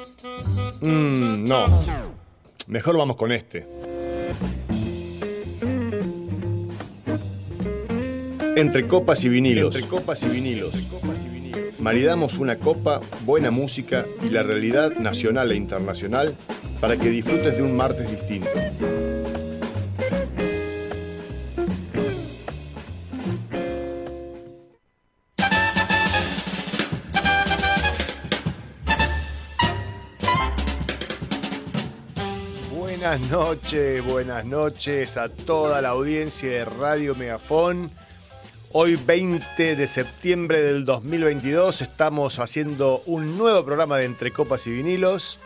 No. Mejor vamos con este. Entre copas y vinilos. Entre copas y vinilos. Maridamos una copa, buena música y la realidad nacional e internacional para que disfrutes de un martes distinto. Buenas noches a toda la audiencia de Radio Megafón. Hoy 20 de septiembre del 2022 estamos haciendo un nuevo programa de Entre Copas y Vinilos.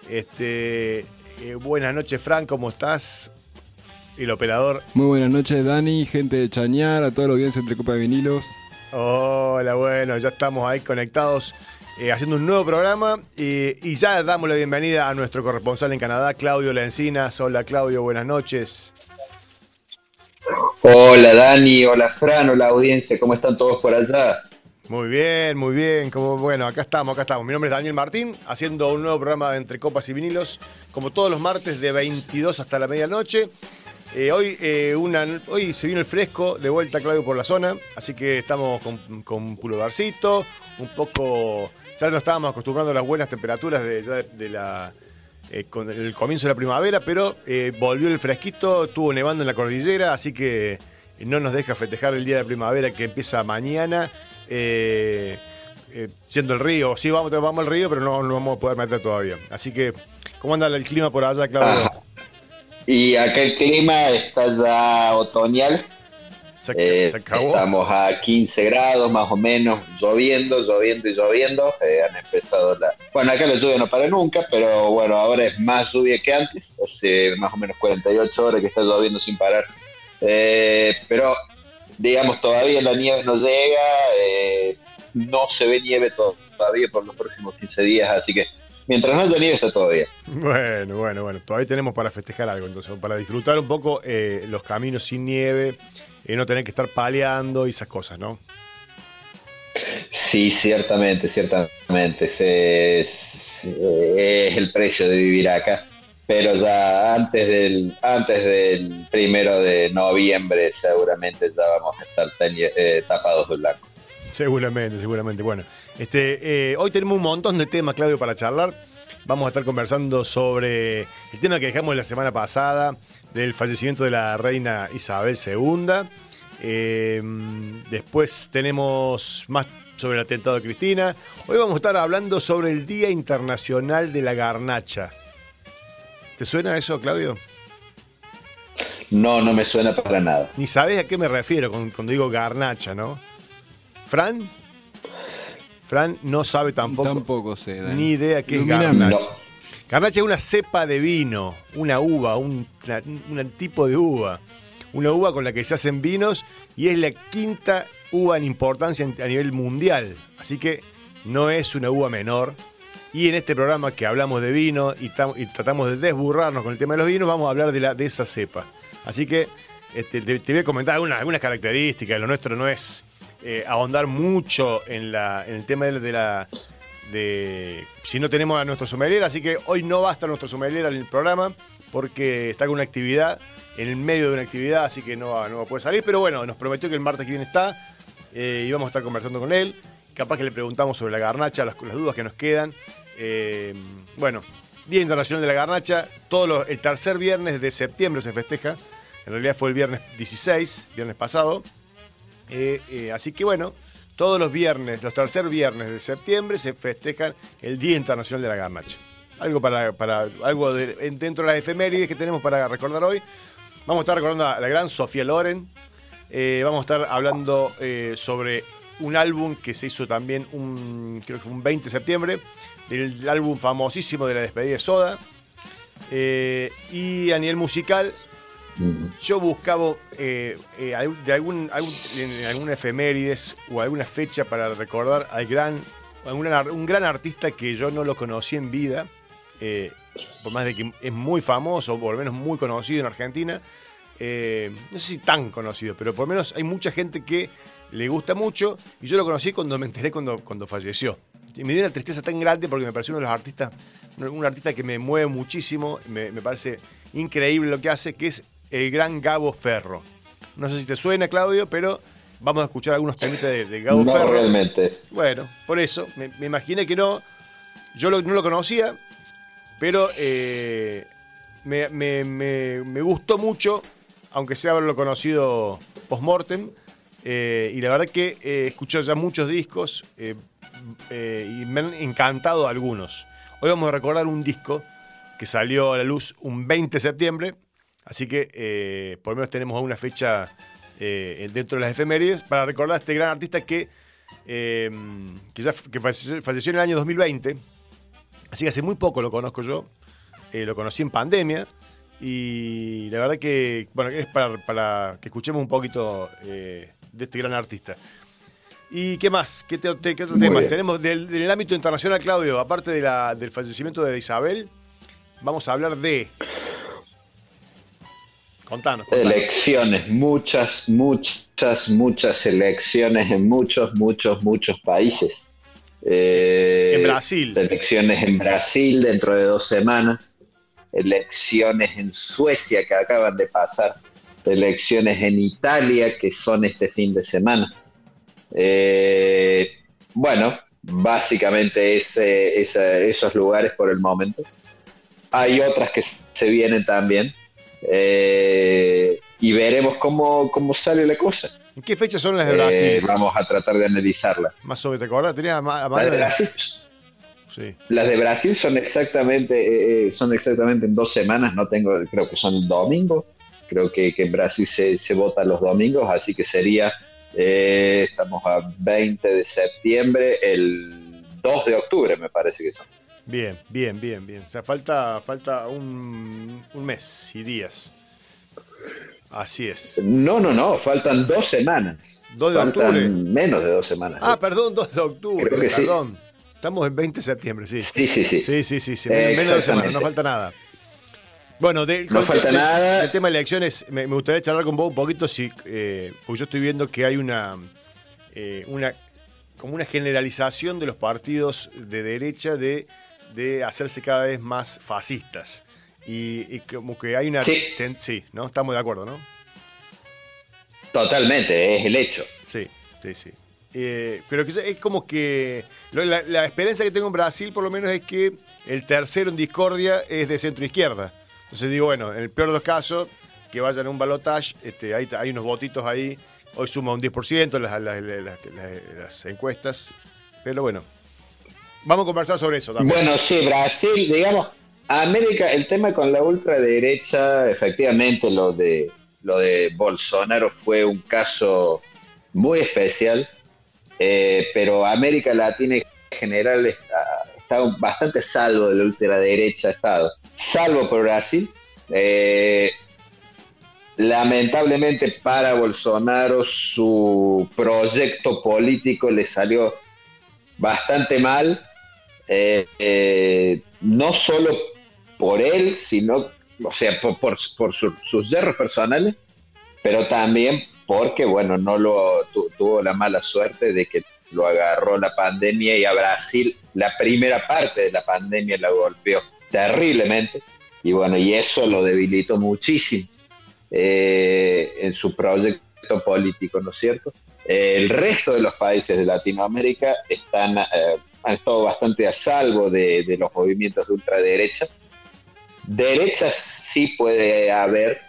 Buenas noches, Fran, ¿cómo estás? El operador. Muy buenas noches, Dani, gente de Chañar, a toda la audiencia de Entre Copas y Vinilos. Hola, bueno, ya estamos ahí conectados haciendo un nuevo programa y ya damos la bienvenida a nuestro corresponsal en Canadá, Claudio Lencinas. Hola, Claudio, buenas noches. Hola Dani, hola Fran, hola audiencia, ¿cómo están todos por allá? Muy bien. Bueno, acá estamos. Mi nombre es Daniel Martín, haciendo un nuevo programa de Entre Copas y Vinilos, como todos los martes de 22 hasta la medianoche. Hoy se vino el fresco de vuelta, Claudio, por la zona, así que estamos con pullovercito, un poco. Ya nos estábamos acostumbrando a las buenas temperaturas con el comienzo de la primavera, pero volvió el fresquito, estuvo nevando en la cordillera, así que no nos deja festejar el día de la primavera que empieza mañana, yendo al río. Sí, vamos al río, pero no vamos a poder meter todavía. Así que, ¿cómo anda el clima por allá, Claudio? Y acá el clima está ya otoñal. Se acabó. Estamos a 15 grados más o menos, lloviendo. Han empezado Bueno, acá la lluvia no para nunca, pero bueno, ahora es más lluvia que antes. Hace más o menos 48 horas que está lloviendo sin parar. Pero, digamos, todavía la nieve no llega. No se ve nieve todavía por los próximos 15 días, así que mientras no haya nieve está todo bien. Bueno. Todavía tenemos para festejar algo, entonces, para disfrutar un poco los caminos sin nieve. No tener que estar paleando y esas cosas, ¿no? Sí, ciertamente. Es el precio de vivir acá. Pero ya antes del 1 de noviembre seguramente ya vamos a estar tapados de blanco. Seguramente. Bueno, hoy tenemos un montón de temas, Claudio, para charlar. Vamos a estar conversando sobre el tema que dejamos la semana pasada, del fallecimiento de la reina Isabel II. Después tenemos más sobre el atentado de Cristina. Hoy vamos a estar hablando sobre el Día Internacional de la Garnacha. ¿Te suena eso, Claudio? No me suena para nada. Ni sabés a qué me refiero cuando digo garnacha, ¿no? ¿Fran? Fran no sabe tampoco. Tampoco sé, Dani. Ni idea qué es garnacha. No. Garnacha es una cepa de vino, una uva, un tipo de uva. Una uva con la que se hacen vinos y es la quinta uva en importancia a nivel mundial. Así que no es una uva menor. Y en este programa que hablamos de vino y tratamos de desburrarnos con el tema de los vinos, vamos a hablar de esa cepa. Así que te voy a comentar algunas características. Lo nuestro no es ahondar mucho en el tema de si no tenemos a nuestro sommelier, así que hoy no va a estar nuestro sommelier en el programa porque está con una actividad, en el medio de una actividad, así que no va a poder salir, pero bueno, nos prometió que el martes que viene está y vamos a estar conversando con él, capaz que le preguntamos sobre la garnacha, las dudas que nos quedan. Bueno, Día Internacional de la Garnacha, el tercer viernes de septiembre se festeja, en realidad fue el viernes 16, viernes pasado, así que bueno, todos los tercer viernes de septiembre se festejan el Día Internacional de la Garnacha. Algo algo dentro de las efemérides que tenemos para recordar hoy. Vamos a estar recordando a la gran Sofía Loren. Vamos a estar hablando sobre un álbum que se hizo también creo que fue un 20 de septiembre, del álbum famosísimo de la despedida de Soda. Y a nivel musical, yo buscaba en alguna efemérides o alguna fecha para recordar un gran artista que yo no lo conocí en vida, por más de que es muy famoso, o por lo menos muy conocido en Argentina. No sé si tan conocido, pero por lo menos hay mucha gente que le gusta mucho, y yo lo conocí cuando me enteré cuando falleció. Y me dio una tristeza tan grande porque me pareció uno de los artistas, un artista que me mueve muchísimo, me parece increíble lo que hace, que es el gran Gabo Ferro. No sé si te suena, Claudio, pero vamos a escuchar algunos temitas de Gabo Ferro. No, realmente. Bueno, por eso, me imaginé que no. Yo no lo conocía, pero me gustó mucho, aunque sea haberlo conocido post-mortem. Y la verdad que he escuchado ya muchos discos y me han encantado algunos. Hoy vamos a recordar un disco que salió a la luz un 20 de septiembre, así que por lo menos tenemos una fecha dentro de las efemérides para recordar a este gran artista que falleció en el año 2020, así que hace muy poco lo conozco yo, lo conocí en pandemia y la verdad que bueno, es para que escuchemos un poquito de este gran artista. ¿Y qué más? ¿Qué otro tema? Tenemos del ámbito internacional, Claudio, aparte del fallecimiento de Isabel, vamos a hablar de... Contanos. Elecciones, muchas elecciones en muchos países. En Brasil. Elecciones en Brasil dentro de 2 semanas. Elecciones en Suecia que acaban de pasar. Elecciones en Italia que son este fin de semana. Bueno, básicamente esos lugares por el momento. Hay otras que se vienen también. Y veremos cómo sale la cosa. ¿En qué fechas son las de Brasil? Vamos a tratar de analizarlas. Más o menos, ¿te acordás? ¿Tenías las de Brasil? Sí. Las de Brasil son exactamente en 2 semanas. No tengo, creo que son el domingo. Creo que en Brasil se vota los domingos, así que sería, estamos a 20 de septiembre, el 2 de octubre me parece que son. Bien. O sea, falta un mes y días. Así es. No, faltan 2 semanas. 2 de faltan octubre. Menos de 2 semanas. Ah, perdón, 2 de octubre. Creo que perdón. Sí. Estamos en 20 de septiembre, sí. Sí. Sí. Menos de 2 semanas, no falta nada. Bueno, del tema de elecciones, me gustaría charlar con vos un poquito, porque yo estoy viendo que hay como una generalización de los partidos de derecha de hacerse cada vez más fascistas. Y como que hay una... Sí, ¿no? Estamos de acuerdo, ¿no? Totalmente, es el hecho. Sí. Pero que es como que... La experiencia que tengo en Brasil, por lo menos, es que el tercero en discordia es de centro-izquierda. Entonces digo, bueno, en el peor de los casos, que vayan a un balotaje, hay unos votitos ahí, hoy suma un 10% las encuestas, pero bueno, vamos a conversar sobre eso también. Bueno, sí, Brasil, digamos, América, el tema con la ultraderecha, efectivamente lo de Bolsonaro fue un caso muy especial, pero América Latina en general está bastante salvo de la ultraderecha, salvo por Brasil. Lamentablemente para Bolsonaro su proyecto político le salió bastante mal, no solo por él, sino, o sea, por sus yerros personales, pero también porque, bueno, tuvo la mala suerte de que lo agarró la pandemia y a Brasil la primera parte de la pandemia la golpeó terriblemente, y bueno, y eso lo debilitó muchísimo en su proyecto político, ¿no es cierto? El resto de los países de Latinoamérica han estado bastante a salvo de los movimientos de ultraderecha. Derecha sí pueden haber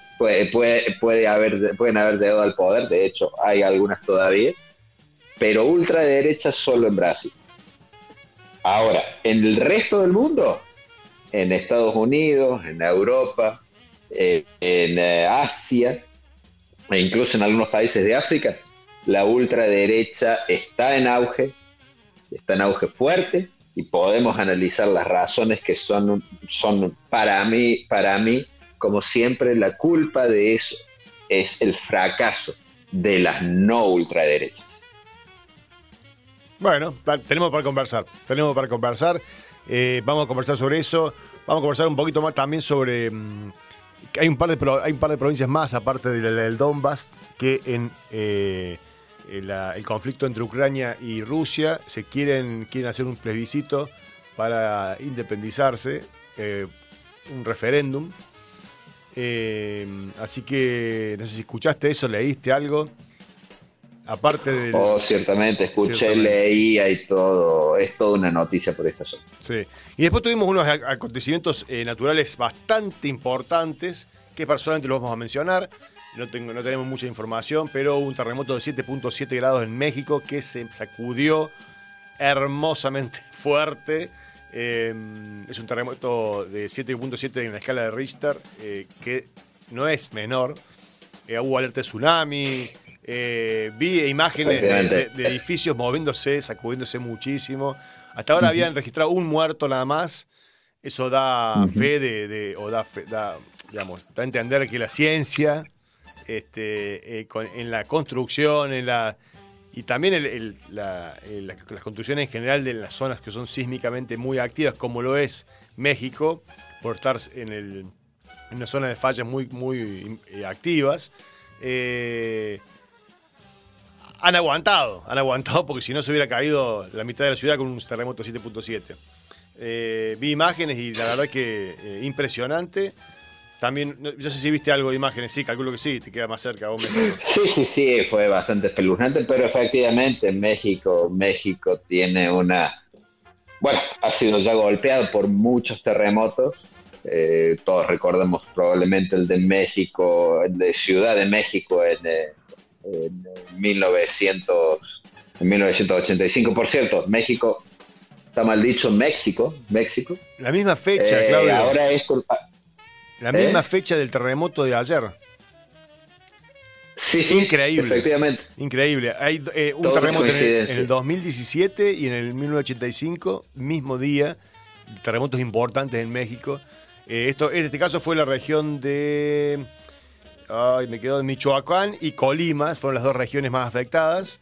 llegado al poder, de hecho hay algunas todavía, pero ultraderecha solo en Brasil. Ahora, en el resto del mundo, en Estados Unidos, en Europa, en Asia e incluso en algunos países de África, la ultraderecha está en auge fuerte, y podemos analizar las razones que son para mí, como siempre, la culpa de eso es el fracaso de las no ultraderechas. Bueno, tenemos para conversar. Vamos a conversar sobre eso. Vamos a conversar un poquito más también sobre... hay un par de provincias más, aparte del Donbass, que el conflicto entre Ucrania y Rusia, quieren hacer un plebiscito para independizarse, un referéndum. Así que no sé si escuchaste eso, leíste algo. Aparte del... ciertamente, escuché, leí, hay todo, es toda una noticia por esta zona. Sí. Y después tuvimos unos acontecimientos naturales bastante importantes, que personalmente los vamos a mencionar. No tenemos mucha información, pero hubo un terremoto de 7.7 grados en México que se sacudió hermosamente fuerte. Es un terremoto de 7.7 en la escala de Richter, que no es menor. Hubo alerta de tsunami. Vi imágenes de edificios moviéndose, sacudiéndose muchísimo. Hasta ahora habían registrado un muerto nada más. Eso da fe da a entender que la ciencia, en la construcción, y también las construcciones en general de las zonas que son sísmicamente muy activas, como lo es México, por estar en una zona de fallas muy, muy activas, han aguantado porque si no se hubiera caído la mitad de la ciudad con un terremoto 7.7. Vi imágenes y la verdad que impresionante. También, yo sé si viste algo de imágenes, sí, calculo que sí, te queda más cerca vos mejor. Sí, fue bastante espeluznante, pero efectivamente México tiene ha sido ya golpeado por muchos terremotos. Todos recordamos probablemente el de México, el de Ciudad de México en 1985. Por cierto, México, está mal dicho, México. La misma fecha, Claudio. Ahora es la misma fecha del terremoto de ayer. Sí, increíble. Efectivamente. Increíble. Hay un terremoto en el 2017 y en el 1985, mismo día, terremotos importantes en México. En este caso fue la región de... me quedó de Michoacán y Colima, fueron las dos regiones más afectadas.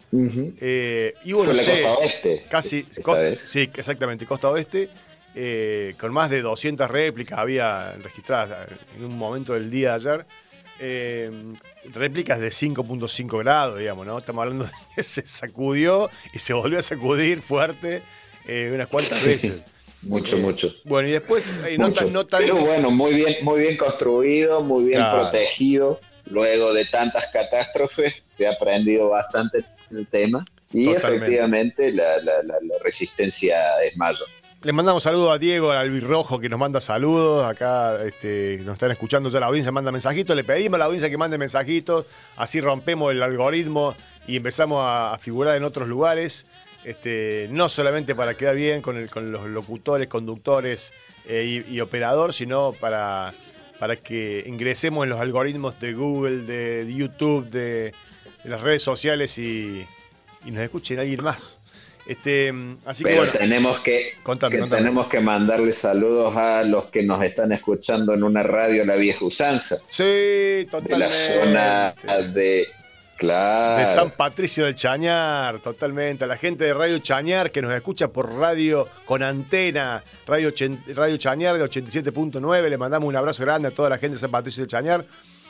Y bueno, fue la costa oeste. Casi, sí, exactamente, costa oeste. Con más de 200 réplicas había registradas en un momento del día de ayer. Réplicas de 5.5 grados, digamos, ¿no? Estamos hablando de que se sacudió y se volvió a sacudir fuerte unas cuantas veces. Mucho. Bueno, y después no tan... Pero bueno, muy bien construido, muy bien protegido. Luego de tantas catástrofes se ha aprendido bastante el tema y efectivamente la resistencia es mayor. Le mandamos saludos a Diego, al Albirrojo, que nos manda saludos. Acá nos están escuchando ya, la audiencia manda mensajitos. Le pedimos a la audiencia que mande mensajitos. Así rompemos el algoritmo y empezamos a figurar en otros lugares. No solamente para quedar bien con los locutores, conductores y operador, sino para que ingresemos en los algoritmos de Google, de YouTube, de las redes sociales y nos escuchen alguien más. Así pero que bueno, tenemos que mandarle saludos a los que nos están escuchando en una radio La Vieja Usanza. Sí, totalmente. De la zona de San Patricio del Chañar, totalmente. A la gente de Radio Chañar que nos escucha por radio con antena, Radio Chañar de 87.9. Le mandamos un abrazo grande a toda la gente de San Patricio del Chañar.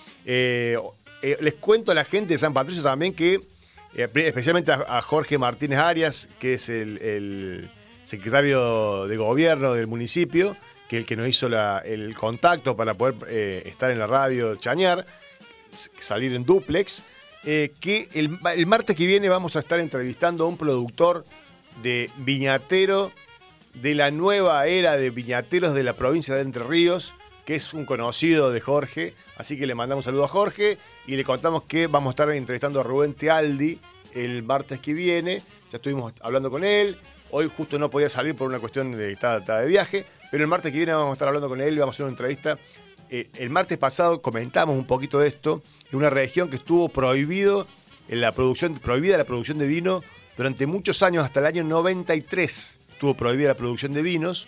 Les cuento a la gente de San Patricio también que especialmente a Jorge Martínez Arias, que es el secretario de gobierno del municipio, que es el que nos hizo el contacto para poder estar en la radio Chañar, salir en dúplex, que el martes que viene vamos a estar entrevistando a un productor de viñatero de la nueva era de viñateros de la provincia de Entre Ríos, que es un conocido de Jorge, así que le mandamos un saludo a Jorge y le contamos que vamos a estar entrevistando a Rubén Tealdi el martes que viene. Ya estuvimos hablando con él, hoy justo no podía salir por una cuestión de estaba de viaje, pero el martes que viene vamos a estar hablando con él y vamos a hacer una entrevista. El martes pasado comentamos un poquito de esto, de una región que estuvo prohibida la producción de vino durante muchos años, hasta el año 93 estuvo prohibida la producción de vinos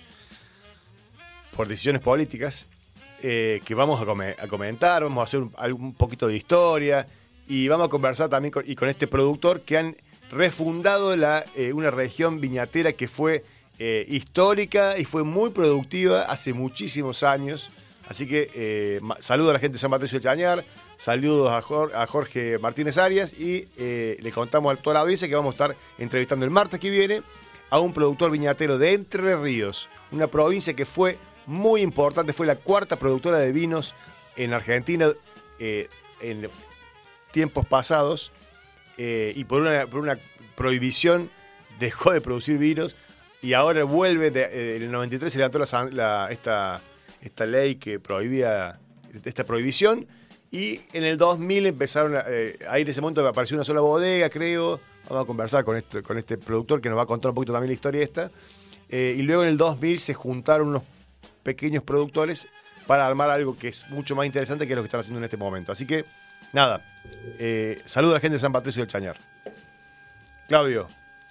por decisiones políticas. Que vamos a comentar, vamos a hacer un poquito de historia y vamos a conversar también con este productor que han refundado una región viñatera que fue histórica y fue muy productiva hace muchísimos años. Así que saludo a la gente de San Patricio del Chañar, Saludos a Jorge Martínez Arias y le contamos a toda la audiencia que vamos a estar entrevistando el martes que viene a un productor viñatero de Entre Ríos, una provincia que fue muy importante, fue la cuarta productora de vinos en Argentina en tiempos pasados y por una prohibición dejó de producir vinos y ahora vuelve, en el 93 se levantó esta ley que prohibía esta prohibición. Y en el 2000 empezaron ahí en ese momento apareció una sola bodega, creo. Vamos a conversar con este productor que nos va a contar un poquito también la historia esta. Y luego en el 2000 se juntaron unos pequeños productores para armar algo que es mucho más interesante que lo que están haciendo en este momento. Así que, nada, saludo a la gente de San Patricio del Chañar. Claudio.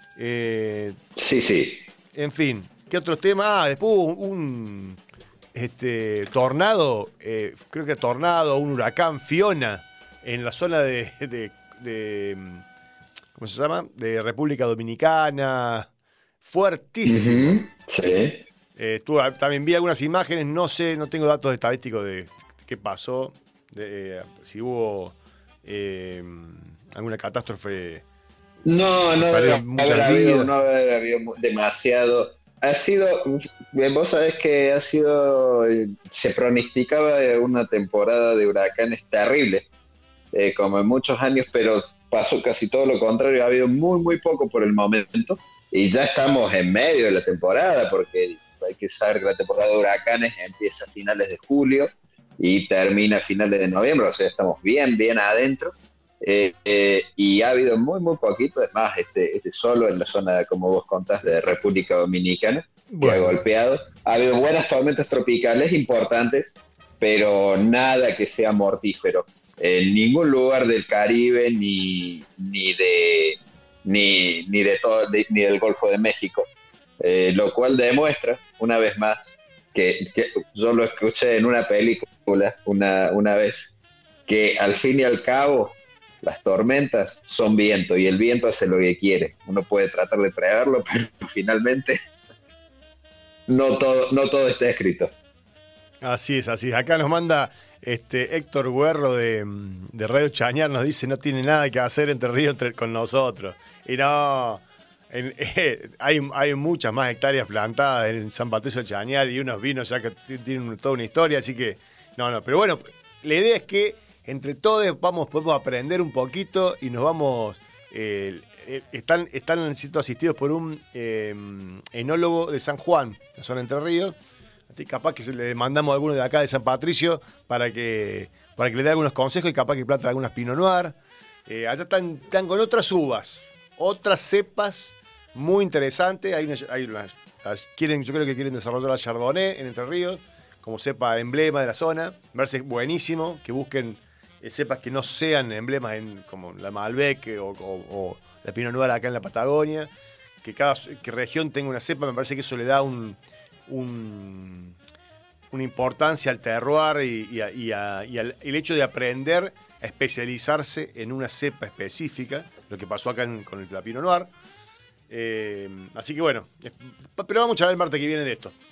Sí. En fin, ¿qué otros temas? Después hubo un tornado, creo que tornado, un huracán Fiona en la zona de ¿cómo se llama? De República Dominicana, fuertísimo. Sí. También vi algunas imágenes, no tengo datos estadísticos de qué pasó, si hubo alguna catástrofe. No haber habido demasiado. Ha sido, vos sabés que se pronosticaba una temporada de huracanes terrible, como en muchos años, pero pasó casi todo lo contrario. Ha habido muy, muy poco por el momento y ya estamos en medio de la temporada, porque hay que saber que la temporada de huracanes empieza a finales de julio y termina a finales de noviembre, o sea, estamos bien, bien adentro. Y ha habido muy, muy poquito, es más, solo en la zona, como vos contás, de República Dominicana, que ha golpeado. Ha habido buenas tormentas tropicales importantes, pero nada que sea mortífero. En ningún lugar del Caribe, ni del Golfo de México. Lo cual demuestra, una vez más, que yo lo escuché en una película una vez, que al fin y al cabo las tormentas son viento y el viento hace lo que quiere. Uno puede tratar de preverlo, pero finalmente no todo está escrito. Así es. Acá nos manda Héctor Guerro de Radio Chañar, nos dice no tiene nada que hacer Entre Ríos con nosotros. Y no, hay muchas más hectáreas plantadas en San Patricio del Chañar y unos vinos ya que tienen toda una historia, así que no, pero bueno, la idea es que entre todos podemos aprender un poquito y nos vamos. Están siendo asistidos por un enólogo de San Juan, la zona de Entre Ríos. Así capaz que le mandamos a alguno de acá de San Patricio para que le dé algunos consejos y capaz que planta algunas Pinot Noir. Allá están con otras uvas, otras cepas muy interesantes. Yo creo que quieren desarrollar la Chardonnay en Entre Ríos como cepa emblema de la zona. Me parece buenísimo que busquen cepas que no sean emblemas como la Malbec o la Pinot Noir acá en la Patagonia, que cada región tenga una cepa. Me parece que eso le da una importancia al terroir y el hecho de aprender a especializarse en una cepa específica, lo que pasó acá con la Pinot Noir. Así que bueno, pero vamos a hablar el martes que viene de esto.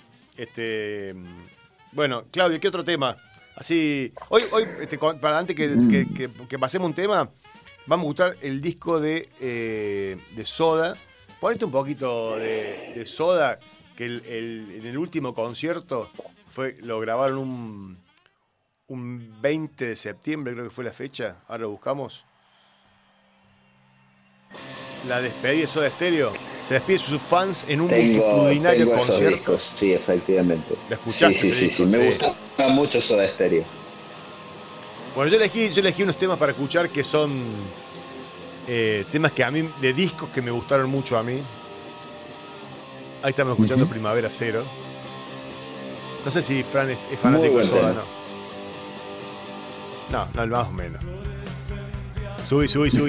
Bueno, Claudio, ¿qué otro tema? Así, hoy antes que pasemos un tema, vamos a gustar el disco de Soda. Ponete un poquito de Soda, que en el último concierto lo grabaron un 20 de septiembre, creo que fue la fecha. Ahora lo buscamos. La despedida de Soda Stereo. Se despide de sus fans en un multitudinario concierto. Discos, sí, efectivamente. ¿Lo escuchaste? Sí. Me gusta mucho Soda Stereo. Bueno, yo elegí unos temas para escuchar que son temas que a mí, de discos que me gustaron mucho a mí. Ahí estamos escuchando Primavera Cero. No sé si Fran es fanático de Soda, ¿no? No, más o menos. Subí.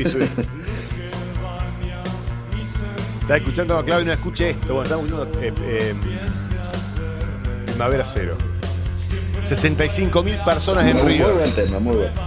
Estaba escuchando a Claudio y no escuche esto. Bueno, estamos escuchando Primavera Cero. 65.000 personas en Río. Muy buen tema, muy bueno.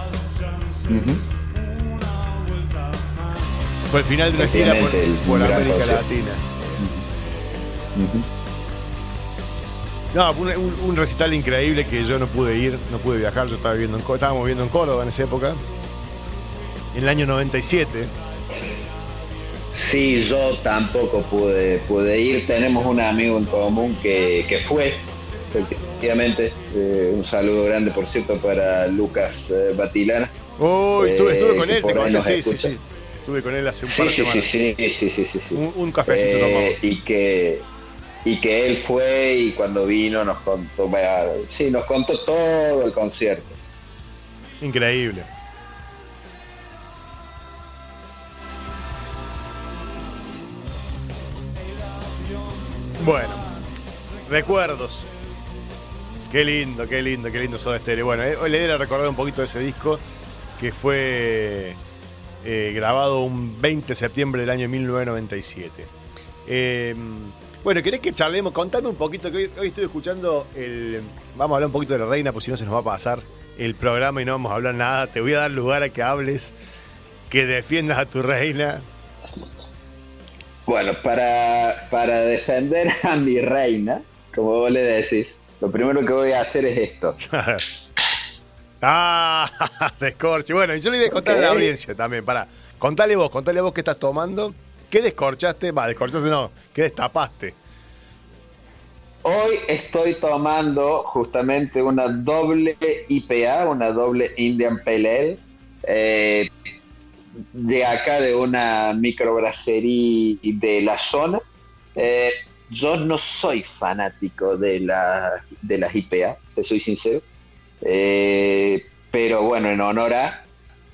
Fue el final de una gira por América Latina. No, fue un recital increíble que yo no pude ir, no pude viajar. Yo estábamos viviendo en Córdoba en esa época, en el año 97. Sí, yo tampoco pude ir. Tenemos un amigo en común que fue, efectivamente. Un saludo grande, por cierto, para Lucas Batilana. Oh, estuve con él, por ahí nos sí. Estuve con él hace un par de semanas. Sí. Un cafecito tomamos. Y que él fue y cuando vino nos contó, nos contó todo el concierto. Increíble. Bueno, recuerdos. Qué lindo Soda Stereo. Bueno, hoy le diera recordar un poquito de ese disco que fue grabado un 20 de septiembre del año 1997. Bueno, ¿querés que charlemos? Contame un poquito, que hoy estoy escuchando vamos a hablar un poquito de la reina, porque si no se nos va a pasar el programa y no vamos a hablar nada. Te voy a dar lugar a que hables, que defiendas a tu reina. Bueno, para defender a mi reina, como vos le decís, lo primero que voy a hacer es esto. Descorche. Bueno, y yo le voy a contar a la audiencia también. Contale vos qué estás tomando. ¿Qué descorchaste? Descorchaste no, ¿qué destapaste? Hoy estoy tomando justamente una doble IPA, una doble Indian Pale Ale, de acá, de una microbrasería de la zona. Yo no soy fanático de las IPA, te soy sincero. Pero bueno, en honor a,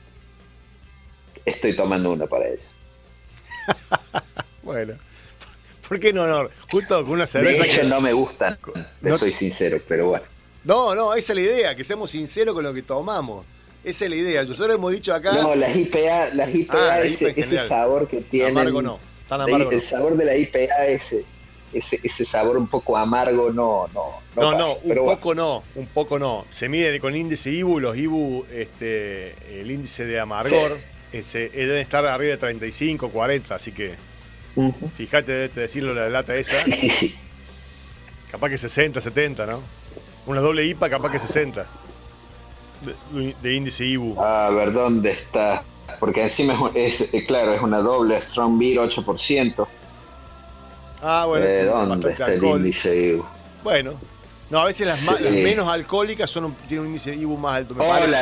estoy tomando una para ella. Bueno, ¿por qué en honor? Justo con una cerveza. De hecho, no me gustan, soy sincero, pero bueno. No, esa es la idea, que seamos sinceros con lo que tomamos. Esa es la idea. Nosotros hemos dicho acá. No, las IPA ese sabor que tienen. Amargo no, tan amargo. El sabor de la IPA, ese sabor un poco amargo, no, un poco no. Se mide con índice IBU, los IBU, el índice de amargor, debe estar arriba de 35, 40, así que fíjate, debe decirlo la lata esa. Sí. Capaz que 60, 70, ¿no? Una doble IPA, capaz que 60 de índice IBU. A ver, ¿dónde está? Porque encima claro, es una doble Strong Beer 8%. Bueno, ¿dónde está el índice IBU? Bueno, no, a veces las menos alcohólicas tienen un índice IBU más alto. Me parece.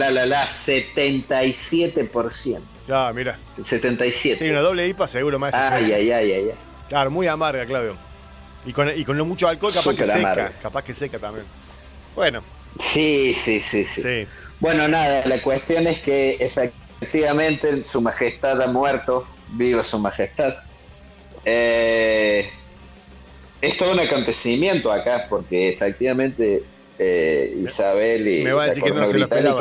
77%. Ya, mira. 77. Sí, una doble IPA seguro más. Ay. Claro, muy amarga, Claudio. Y con lo mucho alcohol, capaz que seca. Amarga. Capaz que seca también. Bueno. Sí. Bueno, nada, la cuestión es que efectivamente Su Majestad ha muerto. Viva Su Majestad. Es todo un acontecimiento acá, porque efectivamente Isabel y me va a decir que no se lo esperaban.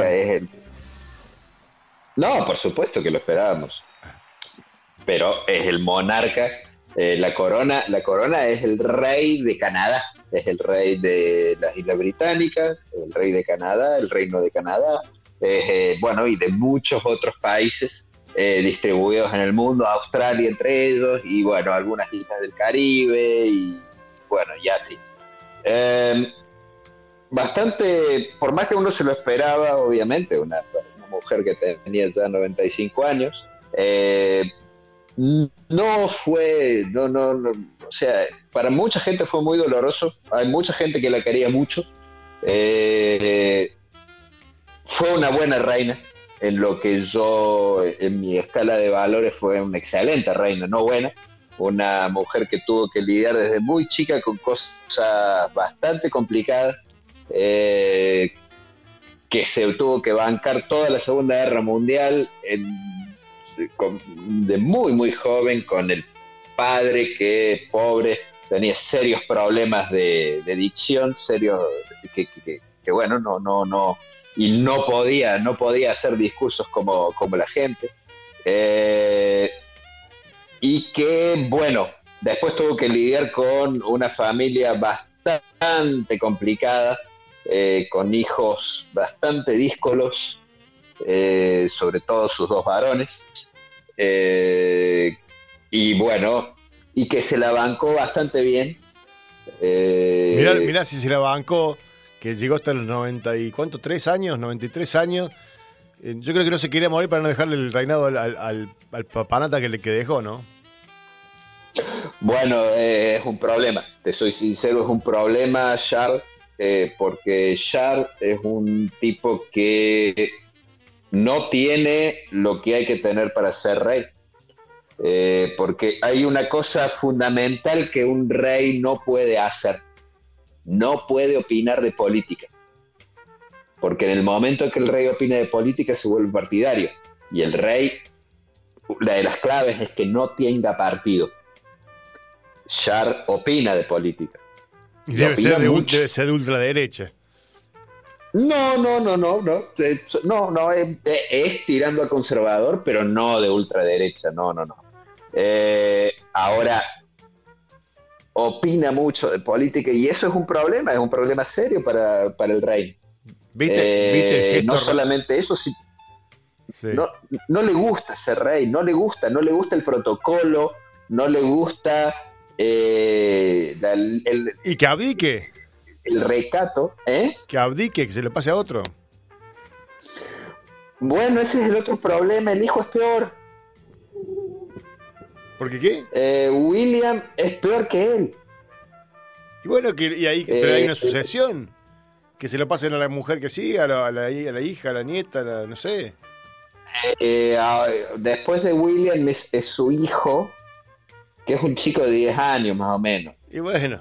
No, por supuesto que lo esperábamos, pero es el monarca. La corona es el rey de Canadá, es el rey de las Islas Británicas, el rey de Canadá, el reino de Canadá, y de muchos otros países distribuidos en el mundo, Australia entre ellos, y bueno, algunas islas del Caribe, y bueno, ya así. Bastante, por más que uno se lo esperaba, obviamente, una mujer que tenía ya 95 años, o sea, para mucha gente fue muy doloroso, hay mucha gente que la quería mucho, fue una buena reina, en lo que yo, en mi escala de valores, fue una excelente reina, no buena, una mujer que tuvo que lidiar desde muy chica con cosas bastante complicadas, que se tuvo que bancar toda la Segunda Guerra Mundial de muy muy joven, con el padre que, pobre, tenía serios problemas de dicción, serios, que bueno, no y no podía hacer discursos como la gente, y que bueno, después tuvo que lidiar con una familia bastante complicada, con hijos bastante díscolos, sobre todo sus dos varones, y bueno, y que se la bancó bastante bien, Mirá si se la bancó, que llegó hasta los 90 y ¿cuánto? ¿3 años? 93 años. Yo creo que no se quería morir para no dejarle el reinado al papanata que dejó, ¿no? Bueno, es un problema, te soy sincero, es un problema, Charles, porque Charles es un tipo que no tiene lo que hay que tener para ser rey. Porque hay una cosa fundamental que un rey no puede hacer. No puede opinar de política. Porque en el momento que el rey opina de política se vuelve partidario. Y el rey, una de las claves es que no tenga partido. Charles opina de política. Y debe ser de ultraderecha. No, es tirando a conservador, pero no de ultraderecha, no. Ahora, opina mucho de política y eso es un problema serio para el rey. ¿Viste el gesto? No solamente eso, sí. No le gusta ser rey, no le gusta el protocolo, no le gusta y que abdique. El recato, Que abdique, que se lo pase a otro. Bueno, ese es el otro problema, el hijo es peor. ¿Por qué? William es peor que él. Y bueno, pero hay una sucesión. Que se lo pasen a la mujer que siga, a la hija, a la nieta, no sé. Después de William es su hijo, que es un chico de 10 años más o menos. Y bueno.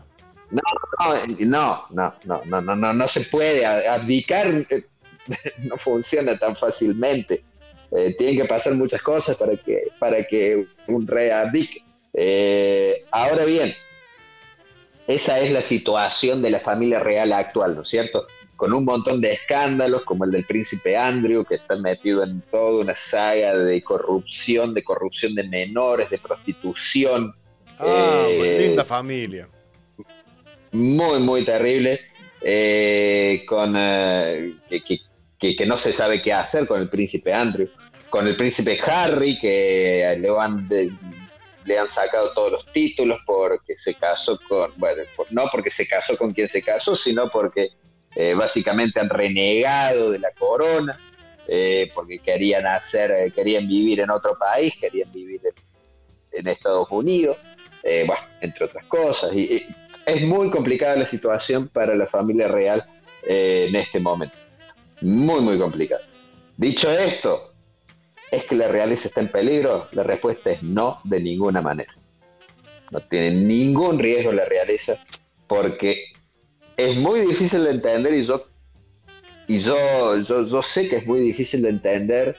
No se puede abdicar, no funciona tan fácilmente. Tienen que pasar muchas cosas para que un rey abdique. Ahora bien, esa es la situación de la familia real actual, ¿no es cierto? Con un montón de escándalos, como el del príncipe Andrew, que está metido en toda una saga de corrupción de menores, de prostitución. Linda familia. Muy, muy terrible. Que no se sabe qué hacer con el príncipe Andrew. Con el príncipe Harry, que le han sacado todos los títulos porque se casó no porque se casó con quien se casó, sino porque básicamente han renegado de la corona, porque querían vivir en otro país, querían vivir en Estados Unidos, entre otras cosas. Y es muy complicada la situación para la familia real en este momento. Muy, muy complicada. Dicho esto, ¿es que la realeza está en peligro? La respuesta es no, de ninguna manera. No tiene ningún riesgo la realeza, porque es muy difícil de entender y yo sé que es muy difícil de entender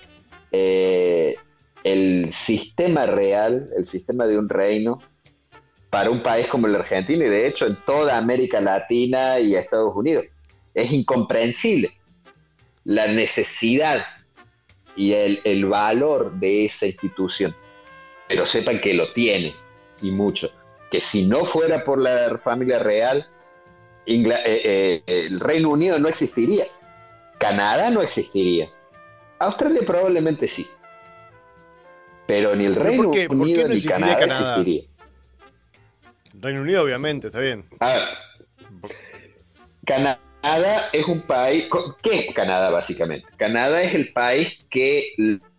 el sistema real, el sistema de un reino para un país como la Argentina y de hecho en toda América Latina y Estados Unidos. Es incomprensible la necesidad y el valor de esa institución, pero sepan que lo tiene y mucho, que si no fuera por la familia real, el Reino Unido no existiría, Canadá no existiría, Australia probablemente sí, pero ni el Reino Unido ni Canadá existiría. Reino Unido obviamente, está bien. A ver, Canadá es un país. ¿Qué es Canadá básicamente? Canadá es el país que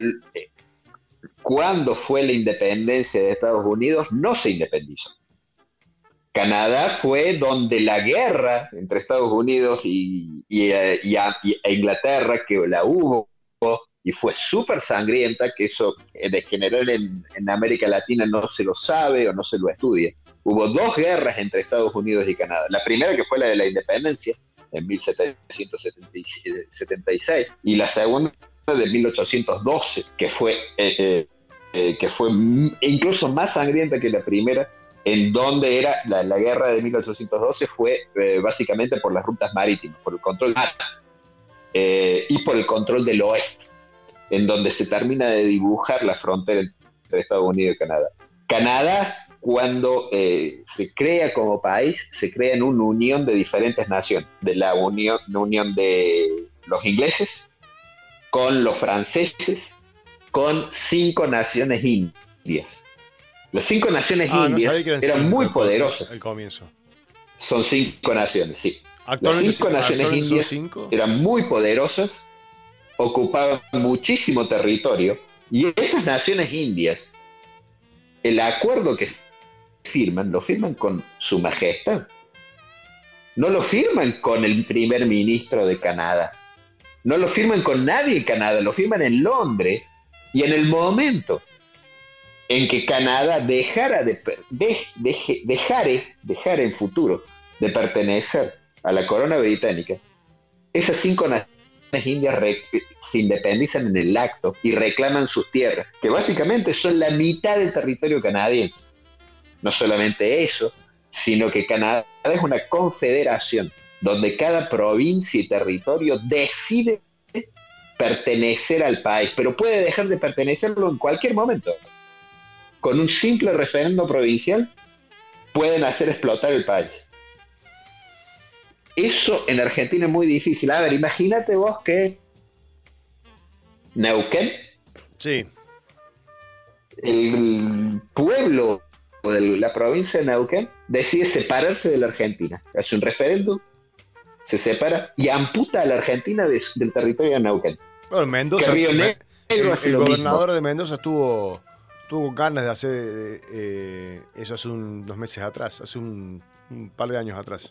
cuando fue la independencia de Estados Unidos no se independizó. Canadá fue donde la guerra entre Estados Unidos e Inglaterra, que la hubo y fue súper sangrienta, que eso en general en América Latina no se lo sabe o no se lo estudia. Hubo 2 guerras entre Estados Unidos y Canadá. La primera, que fue la de la independencia, en 1776, y la segunda de 1812, que fue incluso más sangrienta que la primera, en donde era la guerra de 1812 fue básicamente por las rutas marítimas, por el control del mar y por el control del oeste, en donde se termina de dibujar la frontera entre Estados Unidos y Canadá. Canadá, cuando se crea como país, se crea en una unión de diferentes naciones, de la unión de los ingleses, con los franceses, con 5 naciones indias. Las 5 naciones indias eran muy poderosas. Al comienzo. Son 5 naciones, sí. Actualmente, Las 5 naciones actualmente son indias 5. eran muy poderosas, ocupaban muchísimo territorio, y esas naciones indias, el acuerdo que firman, lo firman con su majestad. No lo firman con el primer ministro de Canadá. No lo firman con nadie en Canadá, lo firman en Londres, y en el momento en que Canadá dejara en futuro de pertenecer a la corona británica, esas 5 naciones indias se independizan en el acto y reclaman sus tierras, que básicamente son la mitad del territorio canadiense. No solamente eso, sino que Canadá es una confederación donde cada provincia y territorio decide pertenecer al país, pero puede dejar de pertenecerlo en cualquier momento. Con un simple referendo provincial pueden hacer explotar el país. Eso en Argentina es muy difícil. A ver, imagínate vos que Neuquén, Sí. el pueblo de la provincia de Neuquén, decide separarse de la Argentina. Hace un referéndum, se separa y amputa a la Argentina del territorio de Neuquén. Bueno, Mendoza. Que Río Negro hace El lo gobernador mismo. de Mendoza tuvo ganas de hacer eso hace unos meses atrás, hace un par de años atrás.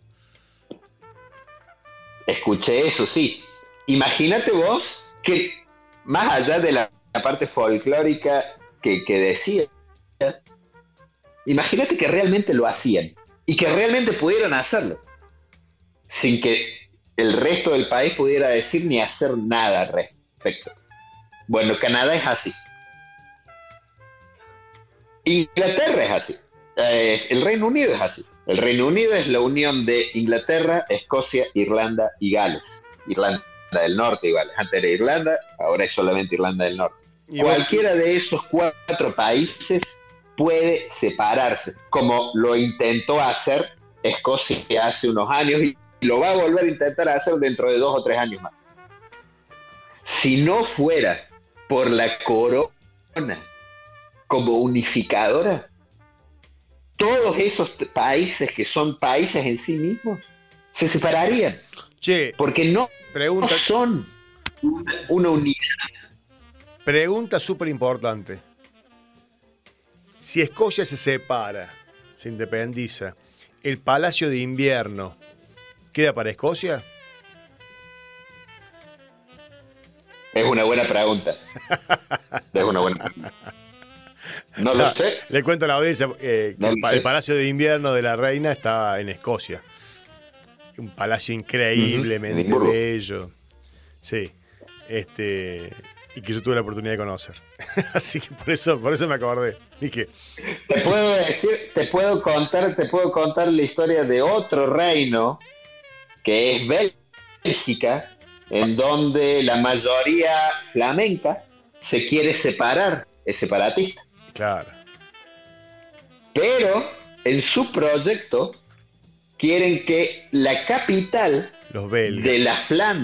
Escuché eso, sí. Imagínate vos que, más allá de la parte folclórica que decía, imagínate que realmente lo hacían y que realmente pudieran hacerlo, sin que el resto del país pudiera decir ni hacer nada al respecto. Bueno, Canadá es así. Inglaterra es así. El Reino Unido es así. El Reino Unido es la unión de Inglaterra, Escocia, Irlanda y Gales. Irlanda del Norte y Gales. Antes era Irlanda, ahora es solamente Irlanda del Norte. Y Cualquiera de esos 4 países puede separarse, como lo intentó hacer Escocia hace unos años y lo va a volver a intentar hacer dentro de 2 o 3 años más. Si no fuera por la corona como unificadora, todos esos países que son países en sí mismos se separarían. Che, Porque no son una unidad. pregunta súper importante. Si Escocia se separa, se independiza, ¿el Palacio de Invierno queda para Escocia? Es una buena pregunta. Es una buena pregunta. No lo sé. Le cuento a la audiencia que No lo sé. el Palacio de Invierno de la Reina está en Escocia. Un palacio increíblemente en Edimburgo. bello. Sí. Y que yo tuve la oportunidad de conocer. Así que por eso me acordé. Dije, Te puedo contar la historia de otro reino que es Bélgica, en donde la mayoría flamenca se quiere separar, es separatista. claro. Pero en su proyecto quieren que la capital Los belgas. de la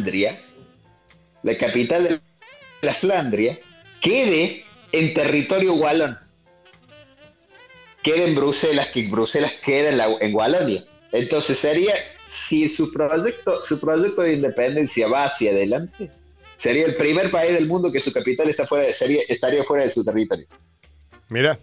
Flandria, quede en territorio walón. Quede en Bruselas, que Bruselas queda en Walonia. Entonces sería, si su proyecto de independencia va hacia adelante, sería el primer país del mundo que su capital estaría fuera de su territorio. Mira.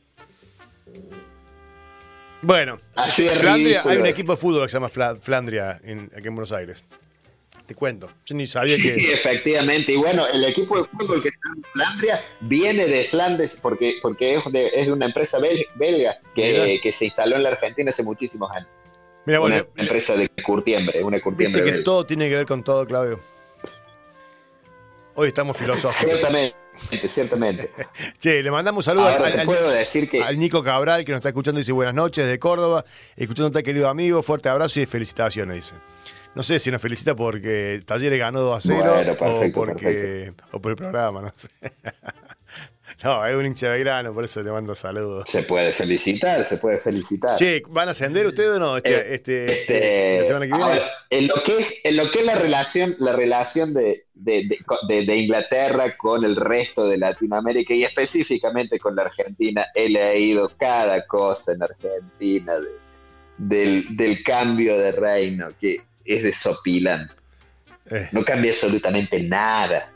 Bueno, Así de Flandria, ridículo hay un es. equipo de fútbol que se llama Flandria aquí en Buenos Aires. Te cuento. Yo ni sabía Sí, que. efectivamente. Y bueno, el equipo de fútbol que está en Flandria viene de Flandes porque es de una empresa belga que se instaló en la Argentina hace muchísimos años. Mira, Una bueno, empresa de curtiembre, una curtiembre viste que belga. todo tiene que ver con todo, Claudio. Hoy estamos filosóficos. Ciertamente. Che, le mandamos saludos Ahora te puedo decir que al Nico Cabral, que nos está escuchando, dice buenas noches de Córdoba, escuchándote, querido amigo, fuerte abrazo y felicitaciones, dice. No sé si nos felicita porque Talleres ganó 2-0 Bueno, perfecto, o por el programa, no sé. No, es un hincha de Belgrano, por eso le mando saludos. se puede felicitar. Che, ¿van a ascender ustedes o no la semana que viene? Ahora, en lo que es la relación de Inglaterra con el resto de Latinoamérica y específicamente con la Argentina, he leído cada cosa en Argentina del cambio de reino, que es desopilante. No cambia absolutamente nada.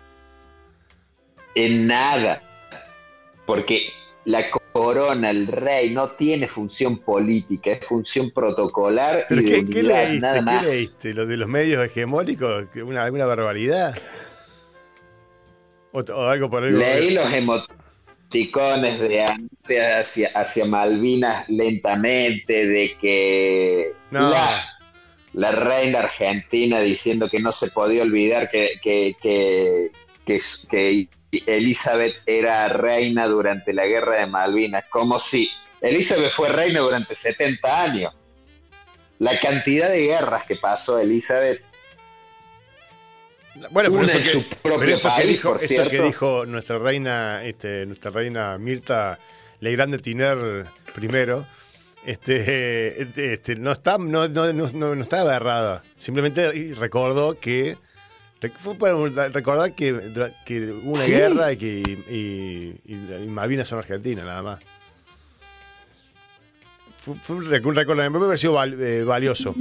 En nada. Porque la corona, el rey, no tiene función política, es función protocolar. ¿Pero y de unidad, qué leíste? nada más. ¿Qué leíste? ¿Lo de los medios hegemónicos? ¿Alguna barbaridad? ¿O algo por algo? Leí los emoticones de antes hacia Malvinas lentamente, de que No. la reina argentina diciendo que no se podía olvidar que Elizabeth era reina durante la guerra de Malvinas, como si Elizabeth fue reina durante 70 años. La cantidad de guerras que pasó Elizabeth. Bueno, Una en su propio país, por eso cierto. que dijo nuestra reina Mirta Legrand de Tiner primero, no estaba errada. Simplemente recordó que fue para recordar que hubo una guerra y Malvinas son Argentina, nada más. Fue un recuerdo, me pareció valioso.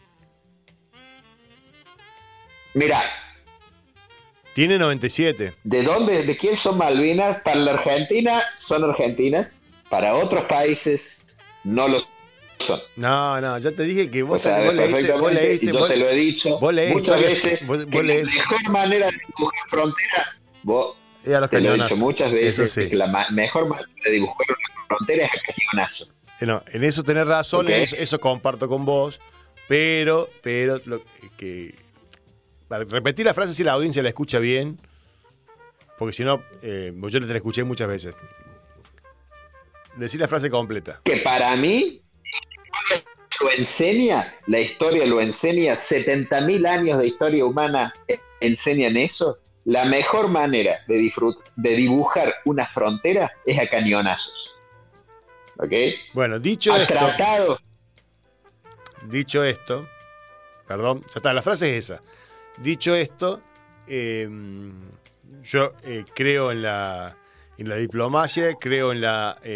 Mira, Tiene 97. ¿de quién son Malvinas? Para la Argentina son argentinas, para otros países no lo son. No, ya te dije que O vos, sea, vos leíste, y yo te lo he dicho vos leíste muchas historias, veces, vos que la lees. mejor manera de dibujar frontera, vos A los te lo he cañonazos. dicho muchas veces, Eso sí. que la mejor manera de dibujar una frontera es a cañonazo. No, en eso tenés razón, Ok. eso comparto con vos, pero lo para repetir la frase si la audiencia la escucha bien, porque si no, yo te la escuché muchas veces. Decir la frase completa. Que para mí lo enseña, la historia lo enseña, 70.000 años de historia humana enseñan eso. La mejor manera de dibujar una frontera es a cañonazos. ¿Ok? Bueno, dicho esto, perdón, ya está, la frase es esa. Dicho esto, yo creo en la diplomacia, creo en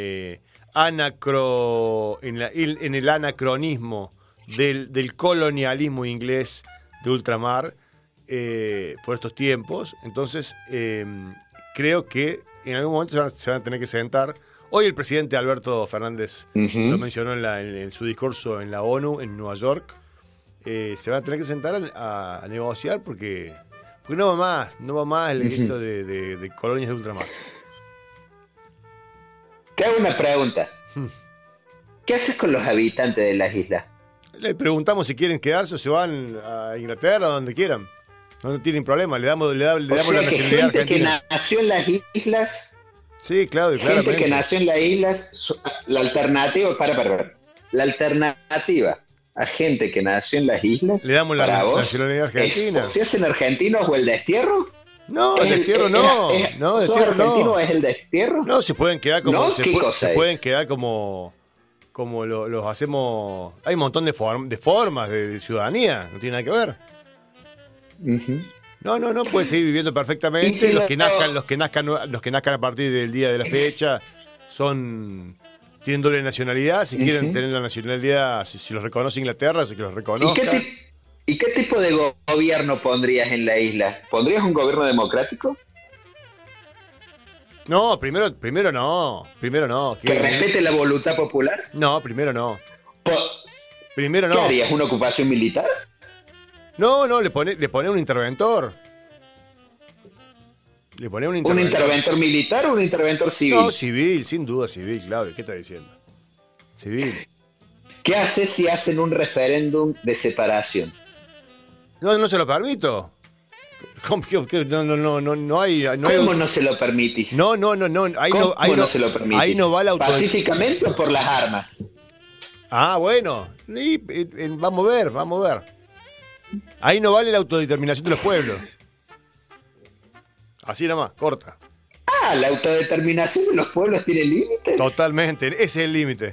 en el anacronismo del colonialismo inglés de ultramar por estos tiempos. Entonces, creo que en algún momento se van a tener que sentar. Hoy el presidente Alberto Fernández lo mencionó en su discurso en la ONU, en Nueva York. Se van a tener que sentar a negociar porque no va más esto de colonias de ultramar. Te hago una pregunta. ¿Qué haces con los habitantes de las islas? Le preguntamos si quieren quedarse o se van a Inglaterra o donde quieran. No tienen problema, le damos O la sea, que nacionalidad gente argentina. que nació en las islas, Sí, claro, gente claramente. que nació en las islas, la alternativa, la alternativa a gente que nació en las islas, Le damos la para vos, nacionalidad argentina. ¿Si hacen argentinos o el destierro? No, el destierro no. No, ¿Sos destierro argentino no. o es el destierro? No, se pueden quedar como. ¿No? ¿Qué cosa se es? pueden quedar como los hacemos. Hay un montón de formas de ciudadanía, no tiene nada que ver. Ujú. No, puede seguir viviendo Y perfectamente. si Los que nazcan a partir del día de la fecha tienen doble nacionalidad. Si quieren tener la nacionalidad, si los reconoce Inglaterra, que los reconozca. ¿Y qué tipo de gobierno pondrías en la isla? ¿Pondrías un gobierno democrático? No, primero no. ¿Que respete la voluntad popular? No, primero no. Po- Primero ¿Qué no. harías? ¿Una ocupación militar? No, le pone un interventor. Le pone un ¿Un interventor. interventor militar o un interventor civil? No, civil, sin duda civil, Claudio. ¿Qué estás diciendo? Civil. ¿Qué haces si hacen un referéndum de separación? No se lo permito. ¿Cómo que no hay. ¿Cómo no se lo permitís? No. Ahí ¿Cómo no se lo permitís? Ahí no va la ¿Pacíficamente o por las armas? Ah, bueno. Vamos a ver. Ahí no vale la autodeterminación de los pueblos. Así nomás, corta. Ah, la autodeterminación de los pueblos tiene límites. Totalmente. Ese es el límite.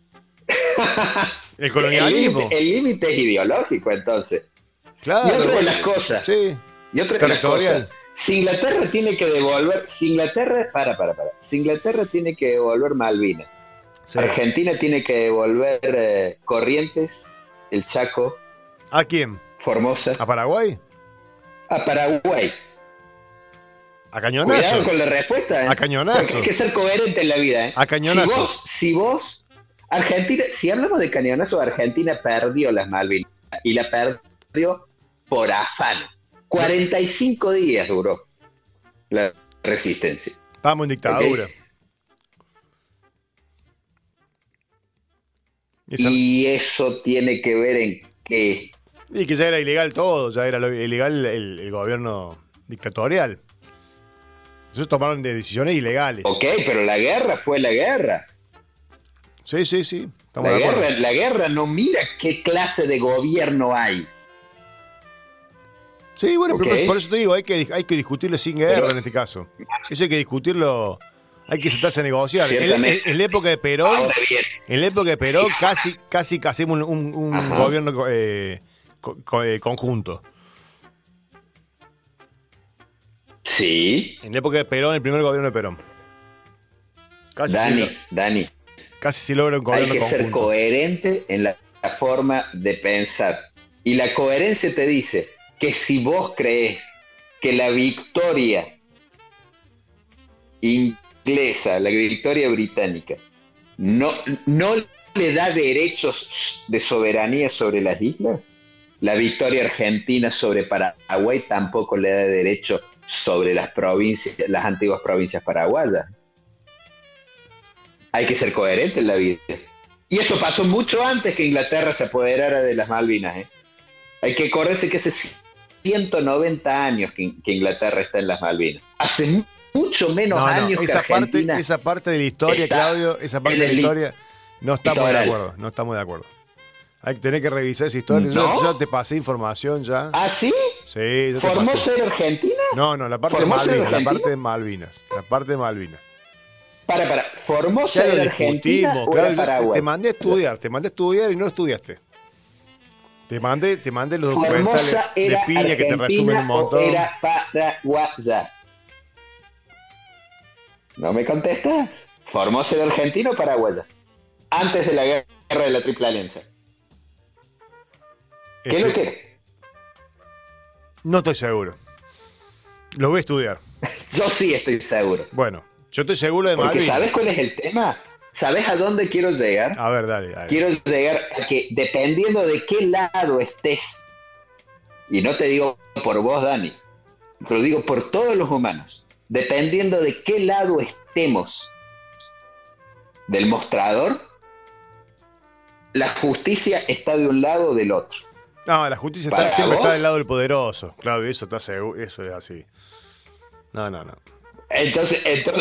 El colonialismo. El límite es ideológico, entonces. Claro. Y otra de bueno. las cosas. Sí. Y otra de las Territorial. cosas. Si Inglaterra tiene que devolver. Si Inglaterra tiene que devolver Malvinas. Sí. Argentina tiene que devolver Corrientes, el Chaco, ¿A quién? Formosa, ¿A Paraguay? a Paraguay. ¿A cañonazo? Cuidado con la respuesta, ¿eh? A cañonazo. Porque hay que ser coherente en la vida, ¿eh? A cañonazo. Si vos, Argentina, si hablamos de cañonazo, Argentina perdió las Malvinas y la perdió por afano. 45 días duró la resistencia. Estábamos en dictadura. Ok. Y eso tiene que ver en que Y que ya era ilegal todo, ya era ilegal el gobierno dictatorial. Ellos tomaron decisiones ilegales. ok, pero la guerra fue la guerra. Sí, estamos de acuerdo. La guerra no mira qué clase de gobierno hay. Sí, bueno, Ok. pero por eso te digo, hay que discutirlo sin guerra Pero- en este caso. Eso hay que discutirlo, hay que sentarse a negociar. Ciertamente. En la época de Perón, Ahora bien, casi hacemos un Ajá. gobierno conjunto. sí, En la época de Perón, el primer gobierno de Perón. Dani, Casi se logra un hay gobierno que ser conjunto. coherente en la forma de pensar. Y la coherencia te dice que si vos crees que la victoria inglesa, la victoria británica, no le da derechos de soberanía sobre las islas, la victoria argentina sobre Paraguay tampoco le da derecho sobre las provincias, las antiguas provincias paraguayas. Hay que ser coherente en la vida. Y eso pasó mucho antes que Inglaterra se apoderara de las Malvinas, ¿eh? Hay que acordarse que hace 190 años que Inglaterra está en las Malvinas. Hace mucho menos años que Argentina. esa parte de la historia, Claudio, esa parte de la historia, no estamos de litoral. acuerdo, no estamos de acuerdo. Hay que tener que revisar esa historia. ¿No? Yo te pasé información ya. ¿Ah, sí? Sí, yo te ¿Formó pasé. ser Argentina? No, la parte de ¿Formó ser Malvinas, la Argentina? parte de Malvinas, la parte de Malvinas. Para. ¿Formó Ya ser lo Argentina discutimos, o claro, era Paraguay? te mandé a estudiar y no estudiaste. Te mandé los documentales Formosa de era piña que te Argentina resumen un montón. o era paraguaya. ¿No me contestas? ¿Formosa era Argentina o paraguaya? Antes de la guerra de la Triple Alianza. ¿Qué es lo que? No estoy seguro. Lo voy a estudiar. Yo sí estoy seguro. Bueno, yo estoy seguro de Porque Malvinas. ¿sabes cuál es el tema? ¿Sabes a dónde quiero llegar? A ver, dale. Quiero llegar a que dependiendo de qué lado estés, y no te digo por vos, Dani, te lo digo por todos los humanos, dependiendo de qué lado estemos del mostrador, la justicia está de un lado o del otro. No, la justicia ¿Para siempre vos? está del lado del poderoso. Claro, eso está seguro, eso es así. No. Entonces,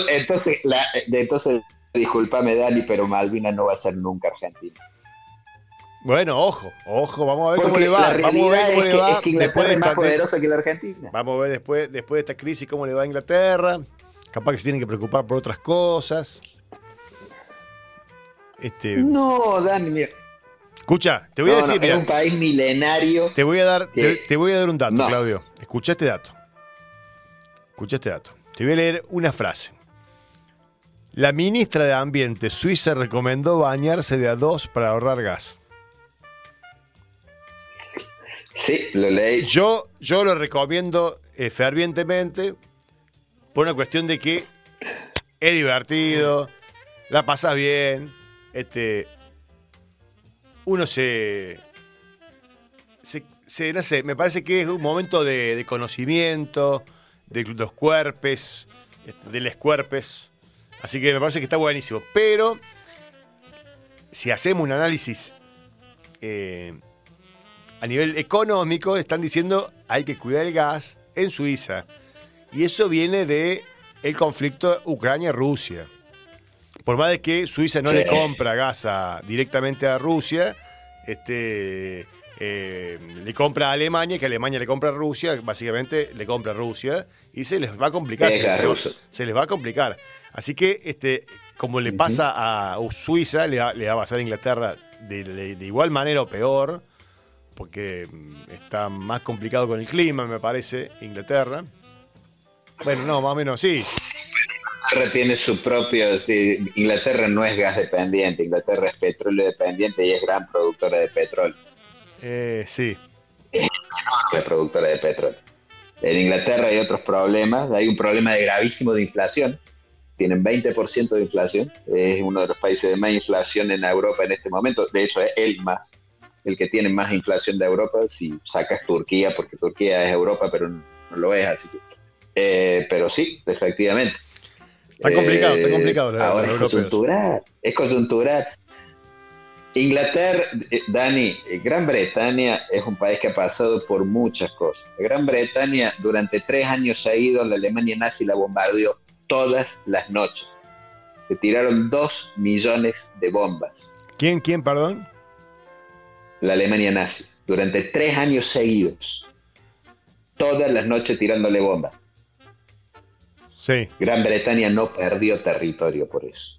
discúlpame, Dani, pero Malvinas no va a ser nunca Argentina. Bueno, ojo, vamos a ver cómo Porque le va. la Vamos a ver realidad cómo es le va es que después Inglaterra de es más esta. poderosa que la Argentina. Vamos a ver después de esta crisis cómo le va a Inglaterra. Capaz que se tienen que preocupar por otras cosas. No, Dani, mira. Escucha, te voy a decir, es mira, un país milenario. te voy a dar un dato, No. Claudio. Escucha este dato. Te voy a leer una frase. La ministra de Ambiente suiza recomendó bañarse de a 2 para ahorrar gas. Sí, lo leí. Yo lo recomiendo fervientemente por una cuestión de que es divertido, la pasas bien, uno no sé, me parece que es un momento de conocimiento de los cuerpes, de los cuerpes, así que me parece que está buenísimo. Pero si hacemos un análisis a nivel económico, están diciendo hay que cuidar el gas en Suiza. Y eso viene de el conflicto Ucrania-Rusia. Por más de que Suiza no le compra gas directamente a Rusia, le compra a Alemania, que Alemania le compra a Rusia, básicamente le compra a Rusia, y se les va a complicar. Se les va a complicar. Así que, como le pasa a Suiza, le va a pasar a Inglaterra de igual manera o peor, porque está más complicado con el clima, me parece, Inglaterra. Bueno, no, más o menos sí. Inglaterra tiene su propio. Sí, Inglaterra no es gas dependiente, Inglaterra es petróleo dependiente y es gran productora de petróleo. Sí. La productora de petróleo. En Inglaterra hay otros problemas, hay un problema gravísimo de inflación. Tienen 20% de inflación, es uno de los países de más inflación en Europa en este momento. De hecho, es el que tiene más inflación de Europa, si sacas Turquía, porque Turquía es Europa, pero no lo es, así que. Pero sí, efectivamente. Está complicado. Ahora es coyuntural. Inglaterra, Dani, Gran Bretaña es un país que ha pasado por muchas cosas. Gran Bretaña durante 3 años seguidos la Alemania nazi la bombardeó todas las noches. Se tiraron 2 millones de bombas. ¿Quién, perdón? La Alemania nazi, durante 3 años seguidos. Todas las noches tirándole bombas. Sí. Gran Bretaña no perdió territorio por eso.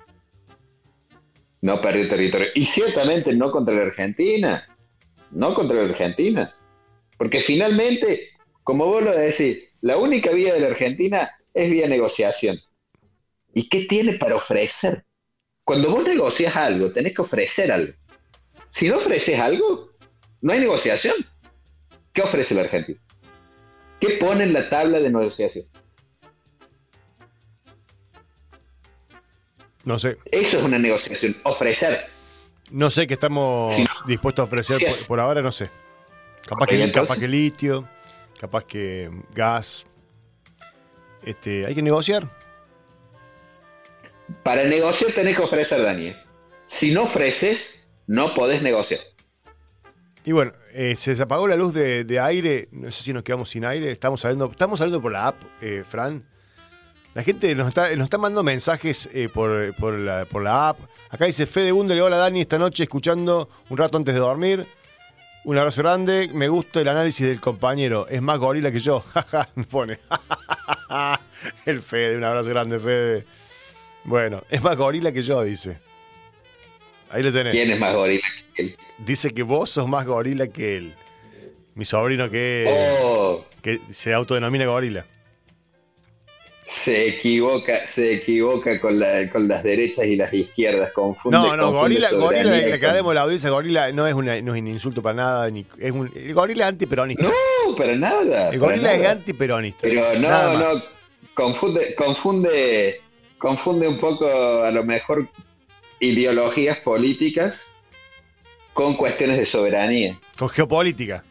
No perdió territorio. Y ciertamente no contra la Argentina. No contra la Argentina. Porque finalmente, como vos lo decís, la única vía de la Argentina es vía negociación. ¿Y qué tiene para ofrecer? Cuando vos negocias algo, tenés que ofrecer algo. Si no ofreces algo, no hay negociación. ¿Qué ofrece la Argentina? ¿Qué pone en la tabla de negociación? No sé. Eso es una negociación, ofrecer. No sé qué estamos dispuestos a ofrecer por ahora, no sé. Capaz que litio, capaz que gas. Hay que negociar. Para negociar tenés que ofrecer, Daniel. Si no ofreces, no podés negociar. Y bueno, se apagó la luz de aire. No sé si nos quedamos sin aire. Estamos saliendo por la app, Fran. La gente nos está mandando mensajes por la app. Acá dice Fede Bundle, hola Dani, esta noche escuchando un rato antes de dormir. Un abrazo grande, me gusta el análisis del compañero, es más gorila que yo. Me pone. El Fede, un abrazo grande, Fede. Bueno, es más gorila que yo, dice. Ahí lo tenés. ¿Quién es más gorila que él? Dice que vos sos más gorila que él. Mi sobrino que se autodenomina gorila. Se equivoca con las derechas y las izquierdas, confunde. No, gorila, le aclaremos a la audiencia, gorila no es un insulto para nada, el gorila es antiperonista. No, para nada. El gorila es antiperonista. Pero no, confunde un poco a lo mejor ideologías políticas con cuestiones de soberanía. Con geopolítica.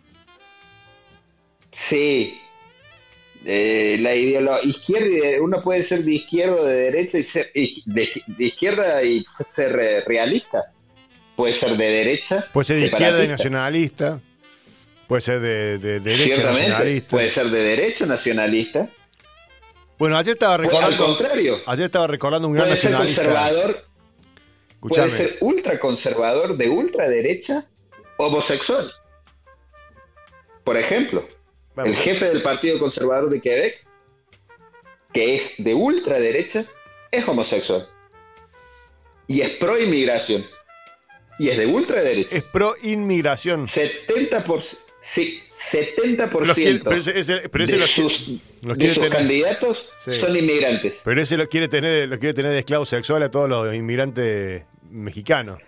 Sí. La izquierda, uno puede ser de izquierda o de derecha y ser de izquierda y ser realista. Puede ser de derecha, puede ser de izquierda y nacionalista. Puede ser de derecha nacionalista. Puede ser de derecha nacionalista. Bueno, ayer estaba recordando. Al contrario. Ayer estaba recordando un gran nacionalista. Puede ser ultraconservador de ultraderecha, homosexual. Por ejemplo. El jefe del Partido Conservador de Quebec, que es de ultraderecha, es homosexual. Y es pro inmigración. Y es de ultraderecha. Es pro inmigración. 70%. Sí, 70% de sus candidatos son inmigrantes. Pero ese lo quiere tener de esclavo sexual a todos los inmigrantes mexicanos.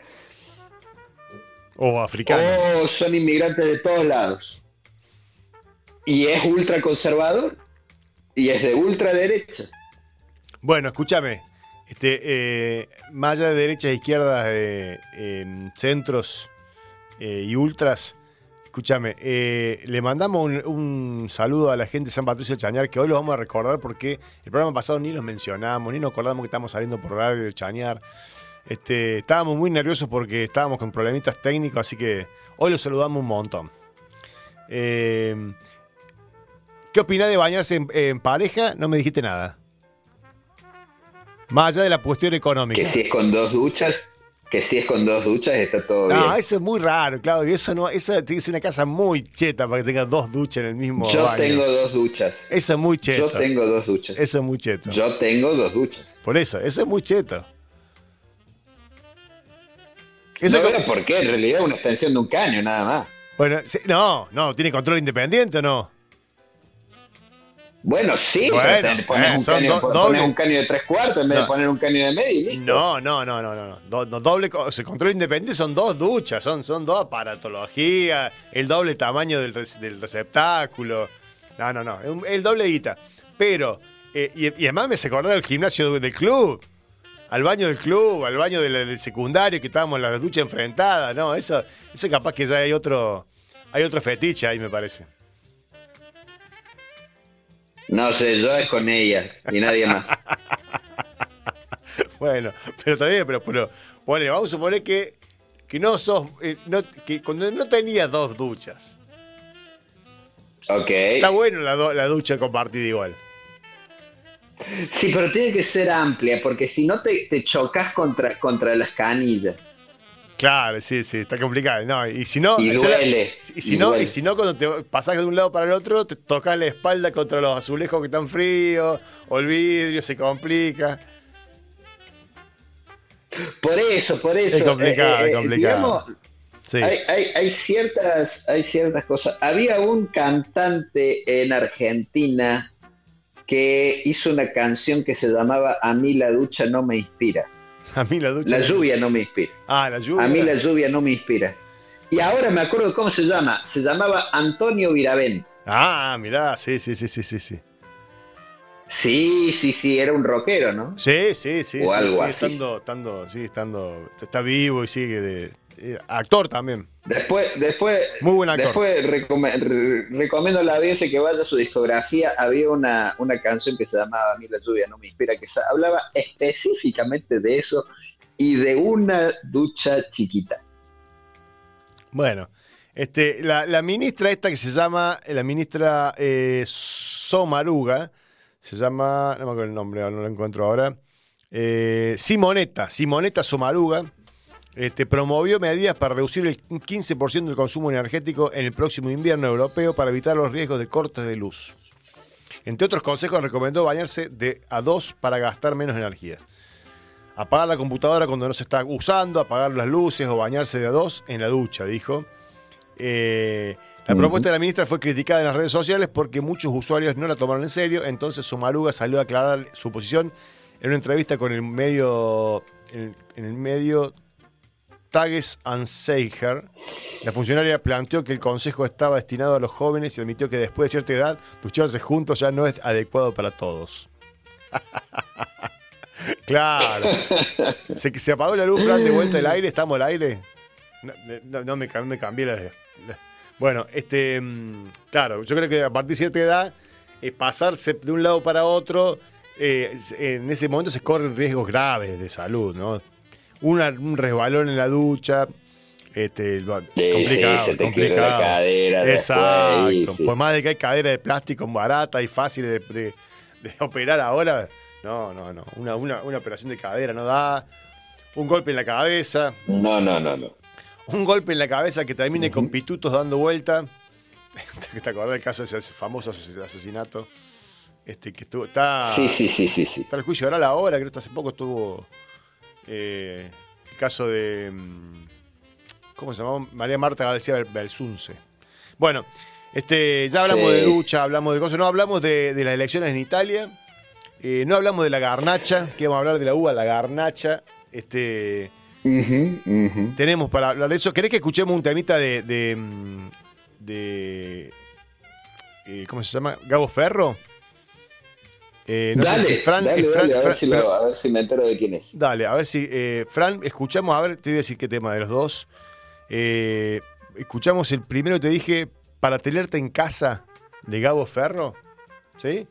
O africanos. O son inmigrantes de todos lados. Y es ultraconservador y es de ultraderecha. Bueno, escúchame. Más allá de derechas e izquierdas, centros y ultras, escúchame, le mandamos un saludo a la gente de San Patricio de Chañar, que hoy los vamos a recordar porque el programa pasado ni los mencionamos, ni nos acordamos que estábamos saliendo por radio de Chañar. Estábamos muy nerviosos porque estábamos con problemitas técnicos, así que hoy los saludamos un montón. ¿Qué opinás de bañarse en pareja? No me dijiste nada. Más allá de la cuestión económica. Que si es con 2 duchas, está todo bien. No, eso es muy raro, Claudio. Eso tiene que ser una casa muy cheta para que tengas 2 duchas en el mismo baño. Yo tengo 2 duchas. Eso es muy cheto. Yo tengo 2 duchas. Eso es muy cheto. Yo tengo 2 duchas. Por eso es muy cheto. No veo por qué, en realidad es una extensión de un caño, nada más. Bueno, ¿tiene control independiente o no? Bueno, sí, Bueno, pero pones, un son caño, doble. pones un caño de 3/4 en vez No. de poner un caño de medio y listo. No. Doble, o sea, control independiente son 2 duchas, son 2 aparatologías, el doble tamaño del receptáculo. No, el doble de guita. Pero, y además me hace acordar al gimnasio del club, al baño del club, al baño del secundario, que estábamos en la ducha enfrentada. No, eso capaz que ya hay otro fetiche ahí, me parece. No sé, yo es con ella y nadie más. Bueno, pero también, pero ponele, vamos a suponer que no sos, que cuando no tenías 2 duchas. Ok. Está bueno la ducha compartida igual. Sí, pero tiene que ser amplia, porque si no te chocas contra las canillas. Claro, sí, está complicado. No, y si no, Y duele. y si no, cuando te pasás de un lado para el otro, te tocas la espalda contra los azulejos que están fríos, o el vidrio se complica. Por eso. Es complicado, es complicado. Digamos, Sí. hay ciertas cosas. Había un cantante en Argentina que hizo una canción que se llamaba A mí la ducha no me inspira. A mí la ducha. La lluvia no me inspira. Ah, la lluvia. A mí la lluvia no me inspira. Y ahora me acuerdo cómo se llama. Se llamaba Antonio Viravent. Ah, mirá, sí. Sí, era un rockero, ¿no? Sí. O algo así. Está vivo y sigue actor también. Después, Muy buen actor. Después recomiendo a la audiencia que vaya a su discografía. Había una canción que se llamaba A mí la lluvia no me inspira, que hablaba específicamente de eso y de una ducha chiquita. Bueno, la ministra esta que se llama, la ministra Somaruga, se llama, no me acuerdo el nombre, no lo encuentro ahora, Simonetta Sommaruga, promovió medidas para reducir el 15% del consumo energético en el próximo invierno europeo para evitar los riesgos de cortes de luz. Entre otros consejos, recomendó bañarse de a 2 para gastar menos energía. Apagar la computadora cuando no se está usando, apagar las luces o bañarse de a 2 en la ducha, dijo. La propuesta de la ministra fue criticada en las redes sociales porque muchos usuarios no la tomaron en serio. Entonces Sommaruga salió a aclarar su posición en una entrevista con el medio en el medio Tages Anzeiger. La funcionaria planteó que el consejo estaba destinado a los jóvenes y admitió que después de cierta edad ducharse juntos ya no es adecuado para todos. Claro. Se apagó la luz, Fran, de vuelta el aire, estamos al aire. No me cambié la. Bueno, claro, yo creo que a partir de cierta edad, pasarse de un lado para otro, en ese momento se corren riesgos graves de salud, ¿no? Un resbalón en la ducha, complicado, se te complicado. La cadera. Exacto. Después, sí. Por más de que hay cadera de plástico barata y fácil de operar ahora, no. Una operación de cadera no da. Un golpe en la cabeza. No. Un golpe en la cabeza que termine con pitutos dando vuelta. ¿Te acordás del caso de ese famoso asesinato? Que estuvo. Sí. Está el juicio oral ahora, creo que hace poco estuvo el caso de. ¿Cómo se llamaba? María Marta García Belsunce. Bueno, ya hablamos de ducha, hablamos de cosas, no hablamos de las elecciones en Italia, no hablamos de la garnacha, que vamos a hablar de la uva, la garnacha. Tenemos para hablar de eso. ¿Querés que escuchemos un temita de ¿cómo se llama? ¿Gabo Ferro? No dale, sé si Fran, dale, Fran, a ver si me entero de quién es. Dale, a ver si Fran, escuchamos, a ver, te voy a decir qué tema de los dos. Escuchamos el primero que te dije, Para tenerte en casa, de Gabo Ferro, ¿sí?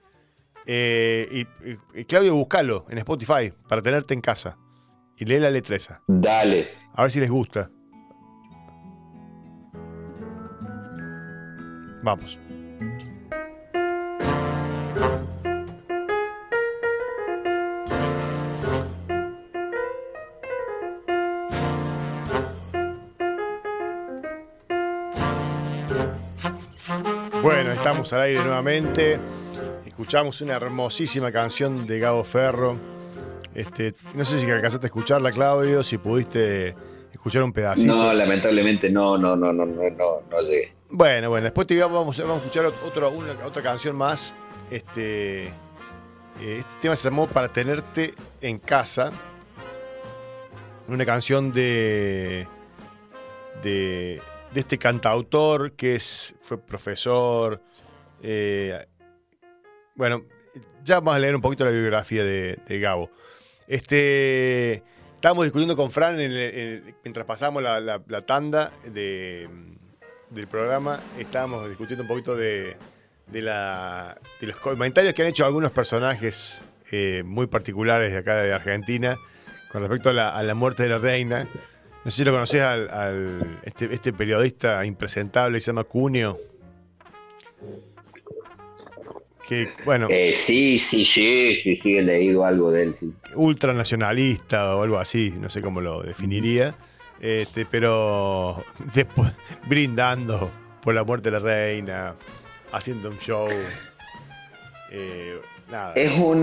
Y Claudio, buscalo en Spotify, Para tenerte en casa. Y lee la letra esa. Dale. A ver si les gusta. Vamos. Bueno, estamos al aire nuevamente. Escuchamos una hermosísima canción de Gabo Ferro. No sé si alcanzaste a escucharla, Claudio, si pudiste escuchar un pedacito. No, lamentablemente no llegué. Bueno, después vamos a escuchar otra canción más. este tema se llamó Para tenerte en casa. Una canción de este cantautor que fue profesor. Bueno, ya vamos a leer un poquito la biografía de Gabo. Estábamos discutiendo con Fran mientras pasábamos la tanda del programa. Estábamos discutiendo un poquito de los comentarios que han hecho algunos personajes muy particulares de acá de Argentina con respecto a la muerte de la reina. No sé si lo conocés este periodista impresentable que se llama Cuneo. Que, bueno, sí, he leído algo de él. Sí. Ultranacionalista o algo así, no sé cómo lo definiría. Pero después brindando por la muerte de la reina, haciendo un show. Nada.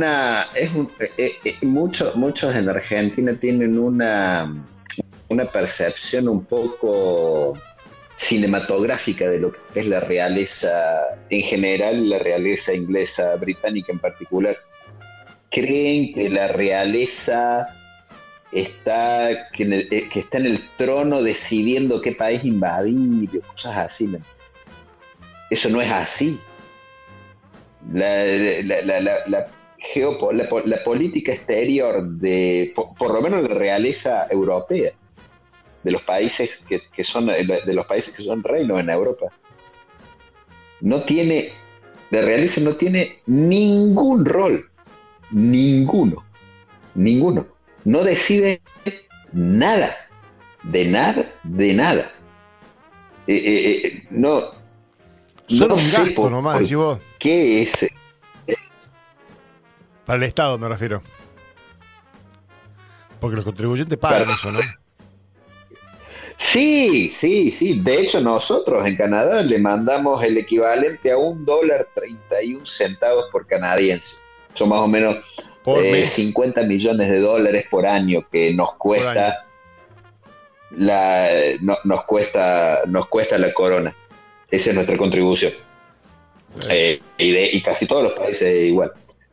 Muchos en Argentina tienen una percepción un poco cinematográfica de lo que es la realeza en general, la realeza inglesa, británica en particular. Creen que la realeza está en el trono decidiendo qué país invadir, cosas así, ¿no? Eso no es así. La política exterior por lo menos la realeza europea, de los países que son reinos en Europa, la realeza no tiene ningún rol, ninguno, no decide nada, de nada. Solo un gasto nomás, decís vos. ¿Qué es? Para el Estado me refiero. Porque los contribuyentes pagan eso, ¿no? Sí. De hecho, nosotros en Canadá le mandamos el equivalente a $1.31 por canadiense. Son más o menos 50 millones de dólares por año que nos cuesta nos cuesta la corona. Esa es nuestra contribución. Y casi todos los países igual.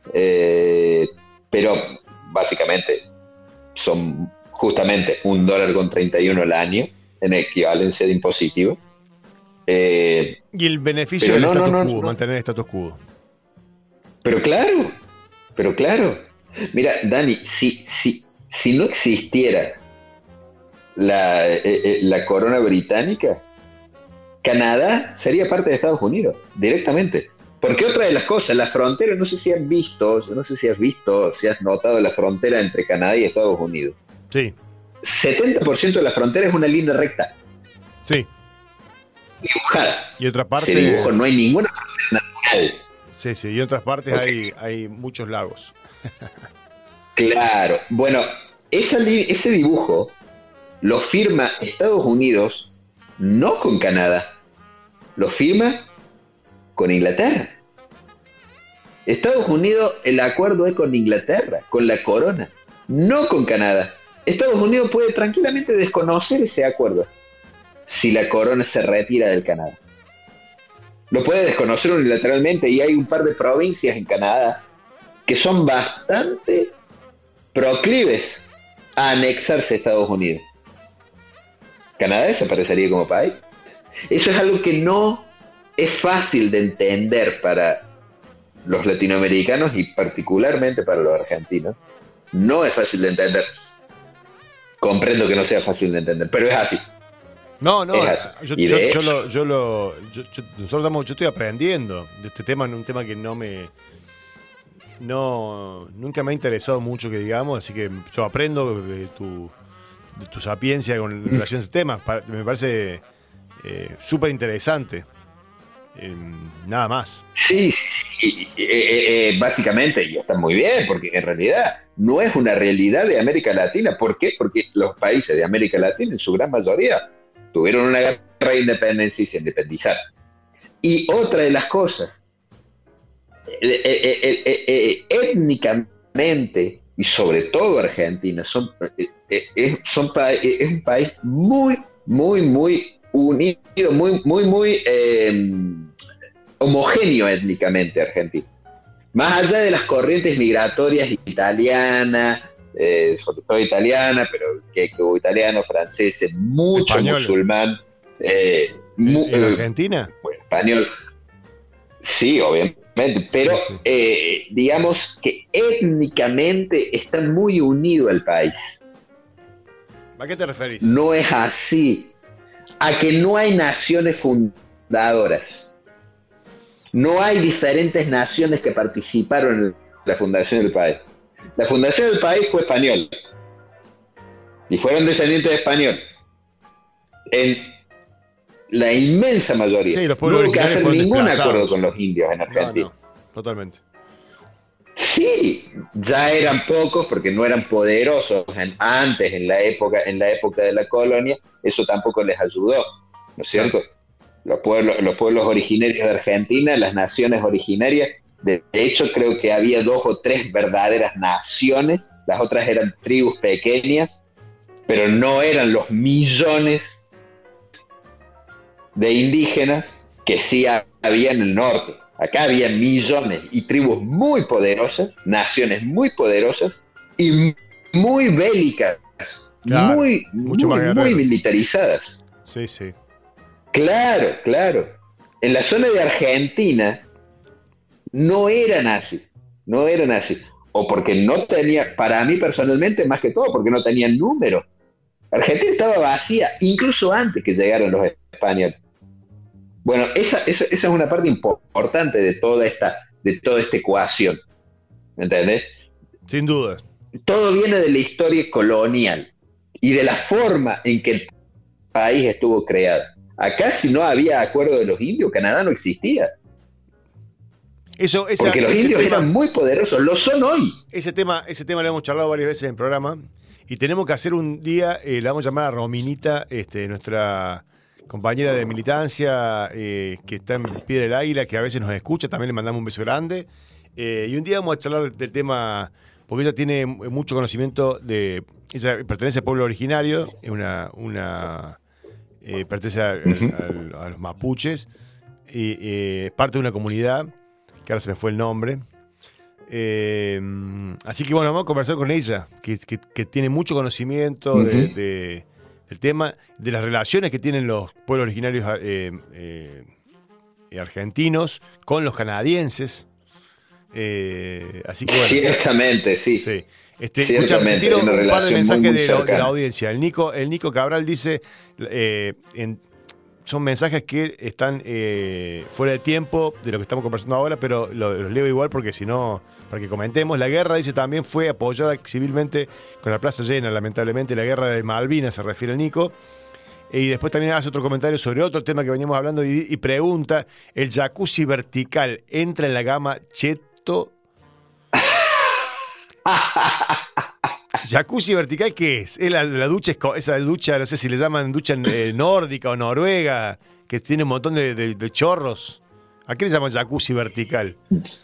Pero básicamente son justamente $1.31 al año en equivalencia de impositivo. Y el beneficio del status quo, mantener el status quo. Pero claro. Mira, Dani, si no existiera la corona británica, Canadá sería parte de Estados Unidos, directamente. Porque otra de las cosas, la frontera, no sé si has visto, si has notado la frontera entre Canadá y Estados Unidos. Sí. 70% de la frontera es una línea recta. Sí. Dibujada. Y otra parte. Ese dibujo, no hay ninguna frontera natural. Sí. Y en otras partes hay muchos lagos. Claro. Bueno, ese dibujo lo firma Estados Unidos, no con Canadá. Lo firma con Inglaterra. Estados Unidos, el acuerdo es con Inglaterra, con la corona, no con Canadá. Estados Unidos puede tranquilamente desconocer ese acuerdo si la corona se retira del Canadá. Lo puede desconocer unilateralmente, y hay un par de provincias en Canadá que son bastante proclives a anexarse a Estados Unidos. Canadá desaparecería como país. Eso es algo que no es fácil de entender para los latinoamericanos y particularmente para los argentinos. No es fácil de entender. Comprendo que no sea fácil de entender, pero es así. No, yo estoy aprendiendo de este tema, un tema que nunca me ha interesado mucho, que digamos, así que yo aprendo de tu sapiencia con relación a este tema. Me parece súper interesante. Nada más. Sí, básicamente, y está muy bien, porque en realidad no es una realidad de América Latina. ¿Por qué? Porque los países de América Latina, en su gran mayoría, tuvieron una guerra de independencia y se independizaron. Y otra de las cosas, étnicamente, y sobre todo Argentina, es un país muy, muy, muy unido, muy homogéneo étnicamente, Argentina. Más allá de las corrientes migratorias italianas, sobre todo italiana, pero que hubo italiano, francés, mucho Español. musulmán. ¿En Argentina? Bueno, español, sí, obviamente, pero Sí. digamos que étnicamente está muy unido el país. ¿A qué te referís? No es así. A que no hay naciones fundadoras. No hay diferentes naciones que participaron en la fundación del país. La fundación del país fue española. Y fueron descendientes de español. En la inmensa mayoría. Sí, los No pueblos hubo que originarios hacer fueron ningún desplazados. acuerdo con los indios en Argentina. No, totalmente. Sí, ya eran pocos porque no eran poderosos antes, en la época de la colonia. Eso tampoco les ayudó, ¿no es cierto? Los pueblos originarios de Argentina, las naciones originarias, de hecho creo que había 2 o 3 verdaderas naciones, las otras eran tribus pequeñas, pero no eran los millones de indígenas que sí había en el norte. Acá había millones y tribus muy poderosas, naciones muy poderosas y muy bélicas, Claro, muy militarizadas. Sí, sí. Claro. En la zona de Argentina no era nazi. O porque no tenía, para mí personalmente, más que todo, porque no tenían número. Argentina estaba vacía, incluso antes que llegaron los españoles. Bueno, esa es una parte importante de toda esta ecuación. ¿Me entendés? Sin duda. Todo viene de la historia colonial y de la forma en que el país estuvo creado. Acá, si no había acuerdo de los indios, Canadá no existía. Porque los indios eran muy poderosos, lo son hoy. Ese tema lo hemos charlado varias veces en el programa y tenemos que hacer un día, la vamos a llamar a Rominita, nuestra compañera de militancia que está en Piedra del Águila, que a veces nos escucha, también le mandamos un beso grande. Y un día vamos a charlar del tema, porque ella tiene mucho conocimiento ella pertenece al pueblo originario, es pertenece a los mapuches, y parte de una comunidad, que ahora se me fue el nombre. Así que bueno, vamos a conversar con ella, que tiene mucho conocimiento del tema, de las relaciones que tienen los pueblos originarios argentinos con los canadienses. Así que bueno. Ciertamente, sí. Escucha, te tiro un par de mensajes de la audiencia. El Nico Cabral dice, son mensajes que están fuera de tiempo de lo que estamos conversando ahora, pero los leo igual porque si no, para que comentemos. La guerra, dice, también fue apoyada civilmente con la plaza llena, lamentablemente. La guerra de Malvinas se refiere el Nico. Y después también hace otro comentario sobre otro tema que veníamos hablando y pregunta, ¿el jacuzzi vertical entra en la gama cheto? ¿Jacuzzi vertical qué es? Es la ducha, esa ducha, no sé si le llaman ducha nórdica o noruega, que tiene un montón de chorros. ¿A qué le llaman jacuzzi vertical?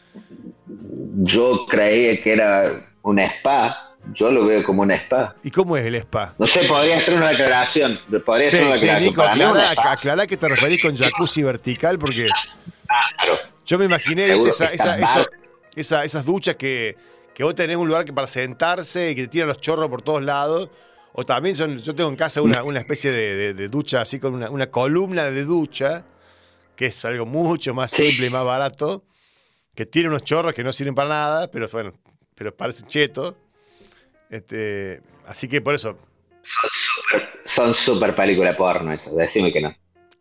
Yo creía que era un spa. Yo lo veo como un spa. ¿Y cómo es el spa? No sé, podría ser una aclaración. Nico, aclará que te referís con jacuzzi vertical, porque claro. Yo me imaginé esas duchas que vos tenés un lugar para sentarse y que te tiran los chorros por todos lados. O también yo tengo en casa una especie de ducha así con una columna de ducha, que es algo mucho más simple y más barato, que tiene unos chorros que no sirven para nada, pero bueno, pero parecen chetos. Así que por eso. Son súper película porno eso, decime que no.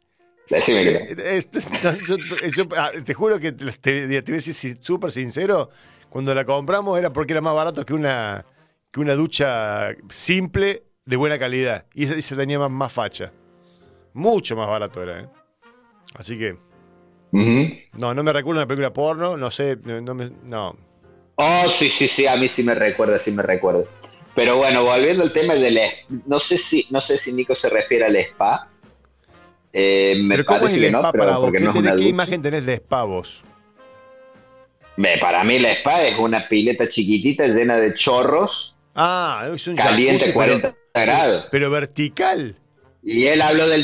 Yo te juro que te voy a decir súper sincero, cuando la compramos era porque era más barato que una ducha simple de buena calidad. Y se tenía más facha. Mucho más barato era, ¿eh? Así que... No me recuerdo una película porno, no sé, no. Oh, sí, a mí sí me recuerda. Pero bueno, volviendo al tema del... No sé si Nico se refiere al spa. ¿Pero cómo es el spa para vos? ¿Qué imagen tenés de spa vos? Para mí el spa es una pileta chiquitita llena de chorros. Es un caliente jacuzzi, 40 grados. Pero vertical. Y él habló del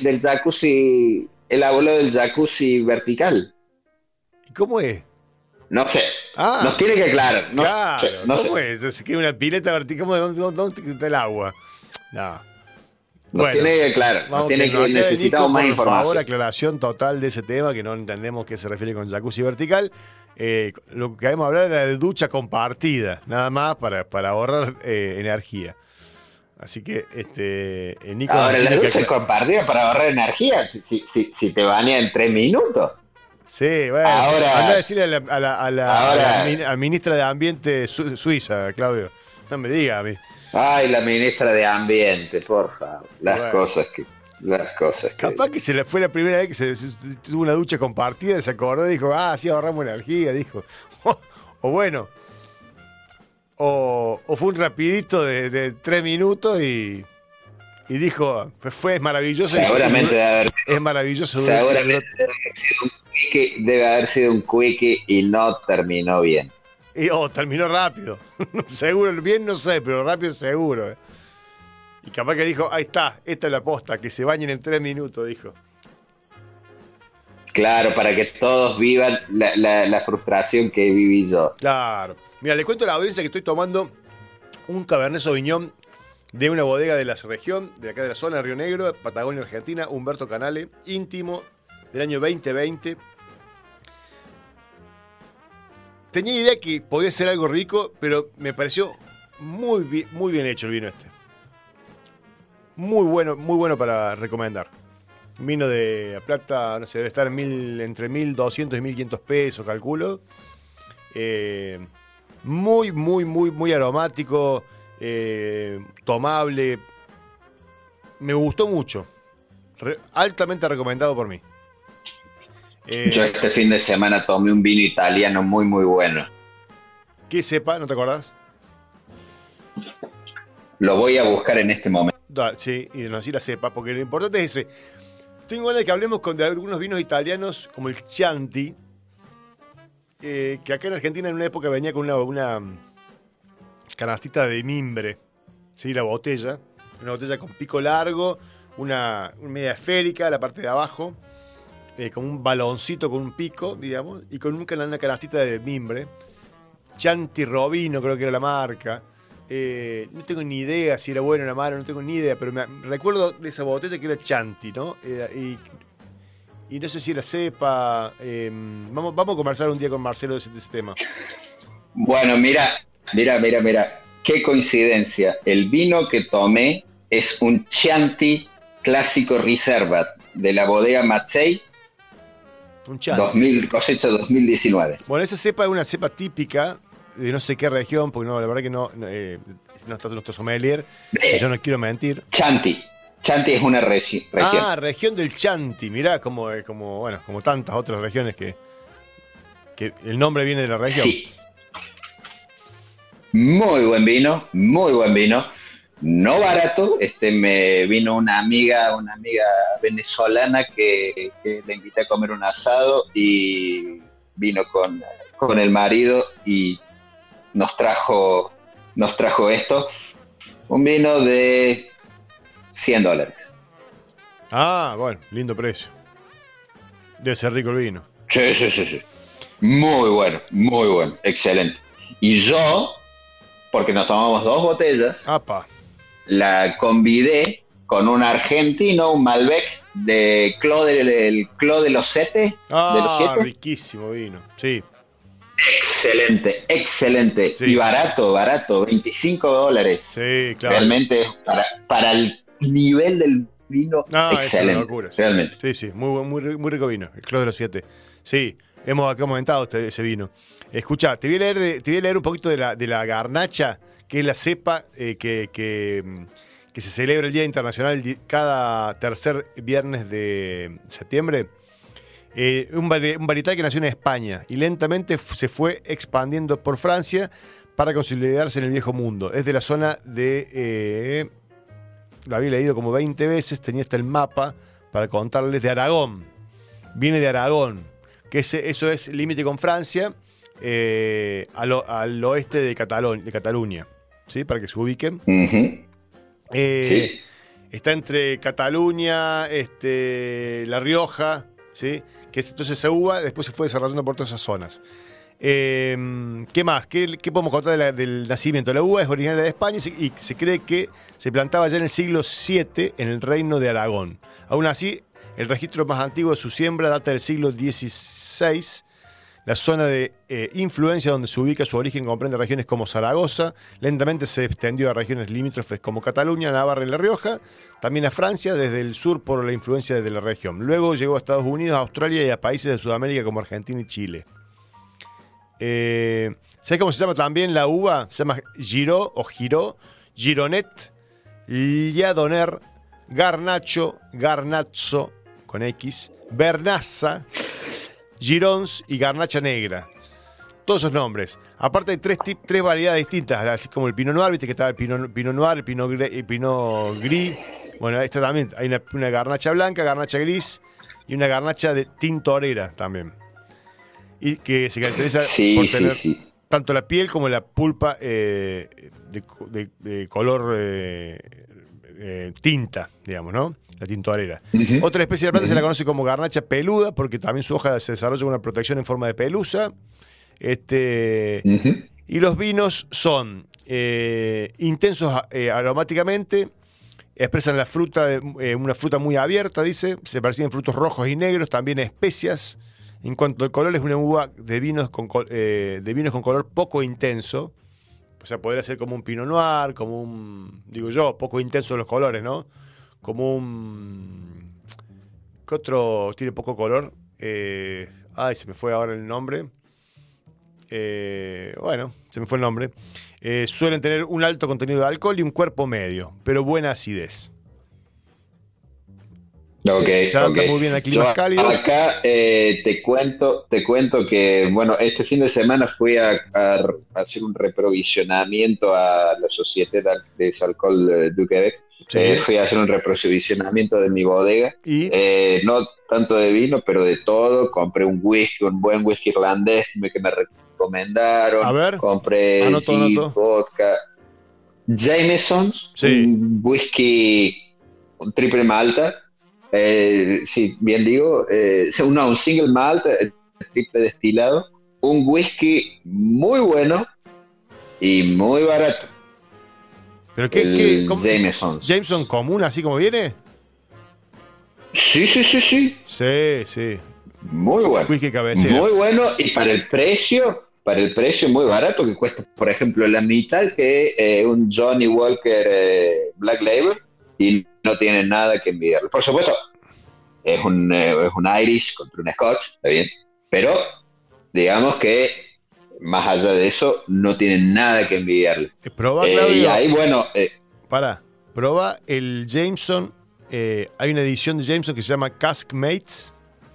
jacuzzi. Él habló del jacuzzi vertical. ¿Y cómo es? No sé. Ah, Nos tiene que aclarar. No claro, sé. No ¿cómo sé. es? Es que una pileta vertical, ¿dónde está el agua? No. Nos Bueno, tiene que aclarar. Nos vamos tiene nos que aclare necesitamos Nico, más por favor, información. aclaración total de ese tema, que no entendemos qué se refiere con jacuzzi vertical. Lo que queremos hablar era de ducha compartida, nada más para ahorrar energía. Así que Nico Ahora, nos la tiene que ducha es compartida para ahorrar energía. Si te baña en 3 minutos. Sí, bueno, Ahora- anda a decirle ahora- a la ministra de Ambiente suiza, Claudio. No me diga a mí. Ay, la ministra de Ambiente, por favor. Las Bueno. cosas que. Capaz que fue la primera vez que se tuvo una ducha compartida, se acordó y dijo, sí, ahorramos energía, dijo. O bueno, o fue un rapidito de 3 minutos y dijo, es maravilloso. Seguramente debe haber, es maravilloso. seguramente debe haber sido un quickie y no terminó bien. Y terminó rápido. Seguro, bien no sé, pero rápido seguro. Y capaz que dijo, ahí está, esta es la posta, que se bañen en 3 minutos, dijo. Claro, para que todos vivan la frustración que viví yo. Claro. Mira, le cuento a la audiencia que estoy tomando un Cabernet Sauvignon de una bodega de la región, de acá de la zona de Río Negro, Patagonia, Argentina, Humberto Canale, íntimo, del año 2020. Tenía idea que podía ser algo rico, pero me pareció muy bien hecho el vino este. Muy bueno para recomendar. Vino de plata, no sé, debe estar entre 1.200 y 1.500 pesos, calculo. Muy aromático, tomable. Me gustó mucho. Altamente recomendado por mí. Yo este fin de semana tomé un vino italiano muy bueno. ¿Qué cepa? ¿No te acordás? Lo voy a buscar en este momento. Sí, y nos decir la cepa, porque lo importante es ese. Tengo ganas de que hablemos de algunos vinos italianos, como el Chianti, que acá en Argentina en una época venía con una canastita de mimbre, ¿sí? La botella, una botella con pico largo, una media esférica, la parte de abajo, como un baloncito con un pico, digamos, y con una canastita de mimbre. Chianti Robino creo que era la marca. No tengo ni idea si era bueno o era malo, no tengo ni idea, pero recuerdo de esa botella que era Chianti, ¿no? Y no sé si era cepa. Vamos a conversar un día con Marcelo de ese tema. Bueno, mira. Qué coincidencia. El vino que tomé es un Chianti Clásico Reserva de la bodega Mazzei. Un Chianti. Cosecha 2019. Bueno, esa cepa es una cepa típica de no sé qué región, porque la verdad que no está nuestro sommelier, y yo no quiero mentir. Chianti es una región. Región del Chianti, mirá como tantas otras regiones que el nombre viene de la región. Sí. Muy buen vino. No barato. Me vino una amiga venezolana que le invité a comer un asado y vino con el marido y nos trajo esto. Un vino de $100. Bueno, lindo precio. Debe ser rico el vino. Sí. Muy bueno, excelente. Y yo, porque nos tomamos 2 botellas, ¡Apa! la convidé con un argentino, un Malbec de el Clos de los Sete. De los Siete. Riquísimo vino, sí. Excelente. Sí. Y barato, $25. Sí, claro. Realmente para el nivel del vino, excelente. Es una locura, sí. Realmente. Sí, muy rico vino, el Clos de los Siete. Sí, hemos acá comentado ese vino. Escuchá, te voy a leer un poquito de la garnacha, que es la cepa que se celebra el Día Internacional cada tercer viernes de septiembre. Un varietal que nació en España y lentamente se fue expandiendo por Francia para consolidarse en el viejo mundo. Es de la zona de... lo había leído como 20 veces, tenía hasta el mapa para contarles, de Aragón. Viene de Aragón, que eso es límite con Francia, al oeste de Cataluña, ¿sí? Para que se ubiquen. Uh-huh. Sí. Está entre Cataluña, La Rioja, ¿sí? Que entonces esa uva después se fue desarrollando por todas esas zonas. ¿Qué más? ¿Qué podemos contar del nacimiento? La uva es originaria de España y se cree que se plantaba ya en el siglo VII en el reino de Aragón. Aún así, el registro más antiguo de su siembra data del siglo XVI. La zona de influencia donde se ubica su origen comprende regiones como Zaragoza, lentamente se extendió a regiones limítrofes como Cataluña, Navarra y La Rioja, también a Francia desde el sur por la influencia de la región. Luego llegó a Estados Unidos, a Australia y a países de Sudamérica como Argentina y Chile. ¿Sabes cómo se llama también la uva? Se llama Giró o Giró, Gironet, Liadoner, Garnacho, Garnazzo con X, Bernaza, Girons y Garnacha Negra. Todos esos nombres. Aparte hay tres variedades distintas, así como el Pinot Noir, viste que estaba el Pinot Noir, el Pinot Gris. Bueno, esta también hay una Garnacha blanca, Garnacha gris y una Garnacha de tintorera también. Y que se caracteriza por tener tanto la piel como la pulpa de color tinta, digamos, ¿no? La tintorera. Uh-huh. Otra especie de planta se la conoce como garnacha peluda porque también su hoja se desarrolla con una protección en forma de pelusa. Uh-huh. Y los vinos son intensos aromáticamente, expresan la fruta, una fruta muy abierta, dice, se perciben frutos rojos y negros, también especias. En cuanto al color, es una uva de vinos con color poco intenso. O sea, podría ser como un Pinot Noir, como un, digo yo, poco intenso los colores, ¿no? Como un... ¿Qué otro tiene poco color? Se me fue ahora el nombre. Bueno, se me fue el nombre. Suelen tener un alto contenido de alcohol y un cuerpo medio, pero buena acidez. Se adapta muy bien a climas cálidos. Acá te cuento que, bueno, este fin de semana fui a hacer un reprovisionamiento a la Société des Alcools du Québec. Sí. Fui a hacer un reprovisionamiento de mi bodega. ¿Y? No tanto de vino, pero de todo. Compré un buen whisky irlandés que me recomendaron. A ver, compré vodka. Jameson, sí. Un whisky, un triple malta. Sí, bien digo, un single malt, triple destilado, un whisky muy bueno y muy barato. ¿Pero qué Jameson común, así como viene? Sí. Sí. Muy bueno. Whisky cabecera. Muy bueno y para el precio muy barato, que cuesta, por ejemplo, la mitad que un Johnny Walker Black Label. Y no tiene nada que envidiarle. Por supuesto, es un Irish contra un Scotch, está bien. Pero, digamos que, más allá de eso, no tiene nada que envidiarle. Proba, Claudio. Y ahí, bueno... Proba el Jameson. Hay una edición de Jameson que se llama Cask Mates.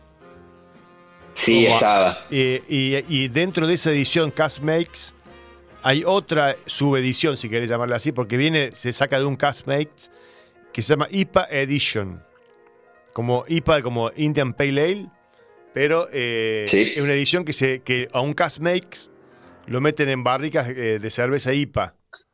Sí, estaba. Y dentro de esa edición Cask Mates hay otra subedición, si querés llamarla así, porque se saca de un Cask Mates que se llama IPA Edition, como IPA, como Indian Pale Ale, pero es una edición que a un Cask Makes lo meten en barricas de cerveza IPA.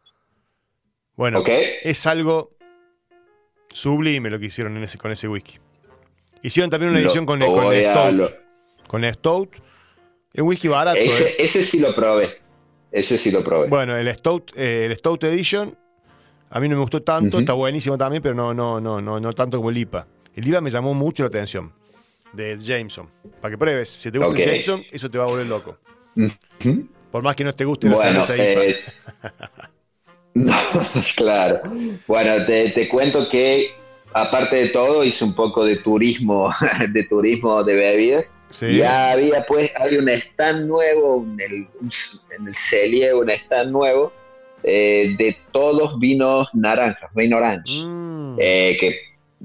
Bueno, es algo sublime lo que hicieron con ese whisky. Hicieron también una edición con Stout. Con Stout, es un whisky barato. Ese sí lo probé. Bueno, el Stout Edition a mí no me gustó tanto, está buenísimo también, pero no tanto como el IPA. El IPA me llamó mucho la atención, de Jameson. Para que pruebes, si te gusta el Jameson, eso te va a volver loco. Por más que no te guste la cerveza IPA. No, claro. Bueno, te cuento que, aparte de todo, hice un poco de turismo de bebidas. Sí. Ya había un stand nuevo, en el Cellier, un stand nuevo, de todos vinos naranjas, vino orange, que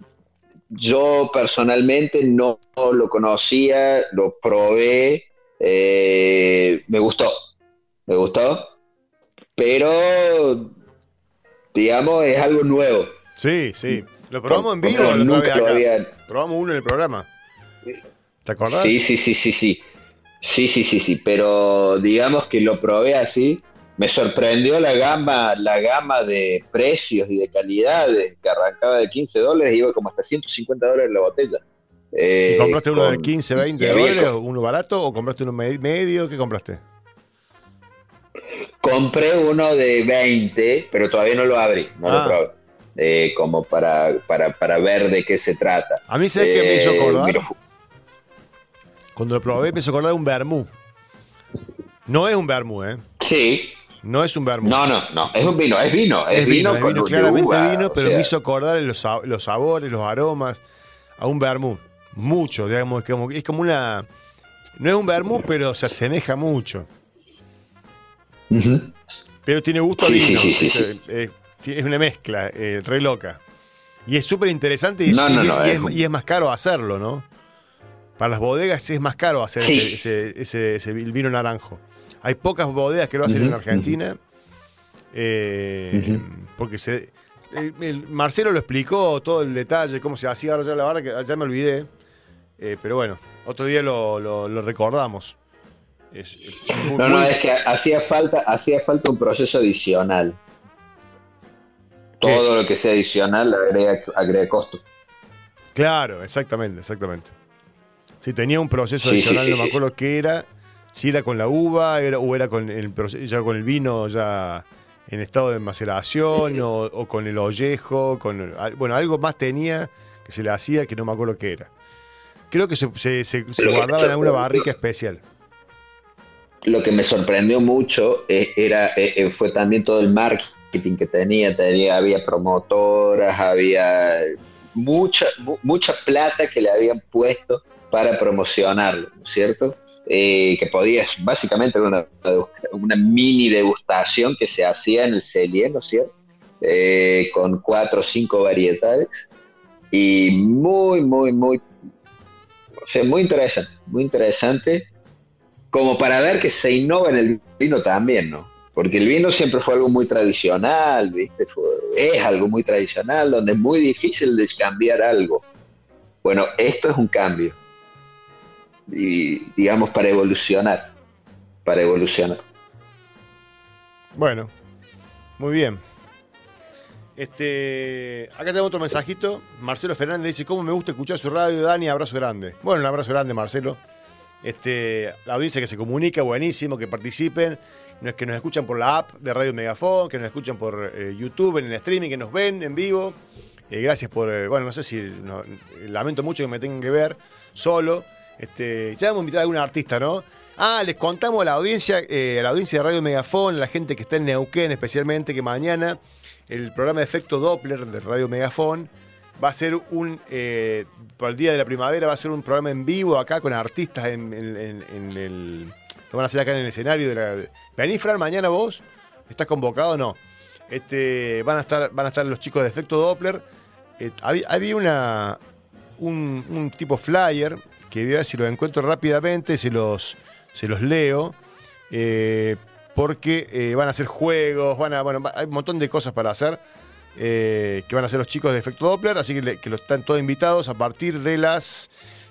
yo personalmente no lo conocía, lo probé, me gustó, pero digamos es algo nuevo. Sí, lo probamos en vivo, probamos uno en el programa. ¿Te acordás? Sí, pero digamos que lo probé así. Me sorprendió la gama de precios y de calidades, que arrancaba de $15 y iba como hasta $150 la botella. ¿Y compraste uno de $15, $20 o uno barato o compraste uno medio? ¿Qué compraste? compré uno de 20, pero todavía no lo abrí, no lo probé. Como para ver de qué se trata. A mí, ¿sabes qué me hizo acordar? Mira, cuando lo probé me hizo acordar un vermú. No es un vermú, ¿eh? Sí. No es un vermú. No, es un vino, es vino. Es vino con claramente uva, vino, pero me hizo acordar los sabores, los aromas a un vermú. Mucho, digamos, es como una... No es un vermú, pero se asemeja mucho. Uh-huh. Pero tiene gusto a vino. Sí. Es una mezcla, re loca. Y es súper interesante y es más caro hacerlo, ¿no? Para las bodegas es más caro hacer ese vino naranjo. Hay pocas bodegas que lo hacen en Argentina. Porque Marcelo lo explicó todo el detalle, cómo se hacía. Ahora ya la verdad que ya me olvidé. Pero bueno, otro día lo recordamos. Es que hacía falta un proceso adicional. Todo lo que sea adicional agrega costo. Claro, exactamente. Si tenía un proceso adicional, no me acuerdo qué era. Si era con la uva o era con ya con el vino ya en estado de maceración o con el ollejo. Bueno, algo más tenía que se le hacía que no me acuerdo qué era. Creo que se guardaba en alguna barrica especial. Lo que me sorprendió mucho fue también todo el marketing que tenía. Había promotoras, había mucha plata que le habían puesto para promocionarlo, ¿no es cierto? Que podías, básicamente era una mini degustación que se hacía en el Cellier, ¿no es cierto? Con 4 o 5 varietales y muy interesante como para ver que se innova en el vino también, ¿no? Porque el vino siempre fue algo muy tradicional, ¿viste? Es algo muy tradicional donde es muy difícil de cambiar algo. Bueno, esto es un cambio. Y digamos para evolucionar. Bueno, muy bien. Acá tengo otro mensajito. Marcelo Fernández dice: ¿cómo me gusta escuchar su radio, Dani? Abrazo grande. Bueno, un abrazo grande, Marcelo. La audiencia que se comunica, buenísimo, que participen. Que nos escuchan por la app de Radio Megafón, que nos escuchan por YouTube, en el streaming, que nos ven en vivo. Gracias por, no sé si, lamento mucho que me tengan que ver solo. Ya vamos a invitar a algún artista, ¿no? Les contamos a la audiencia de Radio Megafón, a la gente que está en Neuquén especialmente, que mañana el programa de Efecto Doppler de Radio Megafón va a ser por el Día de la Primavera, va a ser un programa en vivo acá con artistas lo van a hacer acá en el escenario. ¿Venís, Fran, mañana vos? ¿Estás convocado o no? Van a estar los chicos de Efecto Doppler. Había un tipo flyer que voy a ver si lo encuentro rápidamente, se los leo, porque van a hacer juegos, hay un montón de cosas para hacer, que van a hacer los chicos de Efecto Doppler, así que están todos invitados a partir de las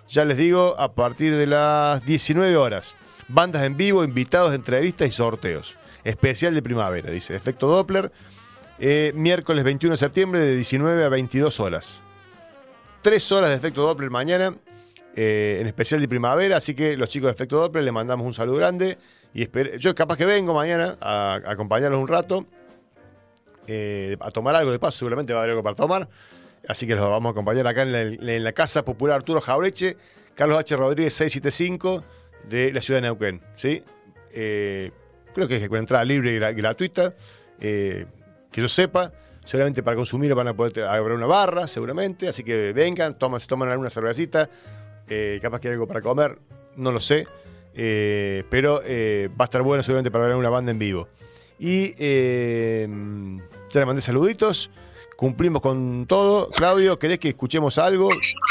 19 horas. Bandas en vivo, invitados, entrevistas y sorteos. Especial de primavera, dice Efecto Doppler. Miércoles 21 de septiembre de 19 a 22 horas. 3 horas de Efecto Doppler mañana, en especial de primavera. Así que los chicos de Efecto Doppler les mandamos un saludo grande. Y yo capaz que vengo mañana a acompañarlos un rato. A tomar algo de paso, seguramente va a haber algo para tomar. Así que los vamos a acompañar acá en la Casa Popular Arturo Jaureche, Carlos H. Rodríguez 675 de la ciudad de Neuquén, ¿sí? Creo que es con entrada libre y gratuita, que yo sepa. Seguramente para consumir van a poder haber una barra, seguramente. Así que vengan, se toman alguna cervecita, capaz que hay algo para comer, no lo sé. Pero va a estar bueno seguramente para ver una banda en vivo. Y ya le mandé saluditos. Cumplimos con todo. Claudio, ¿querés que escuchemos algo?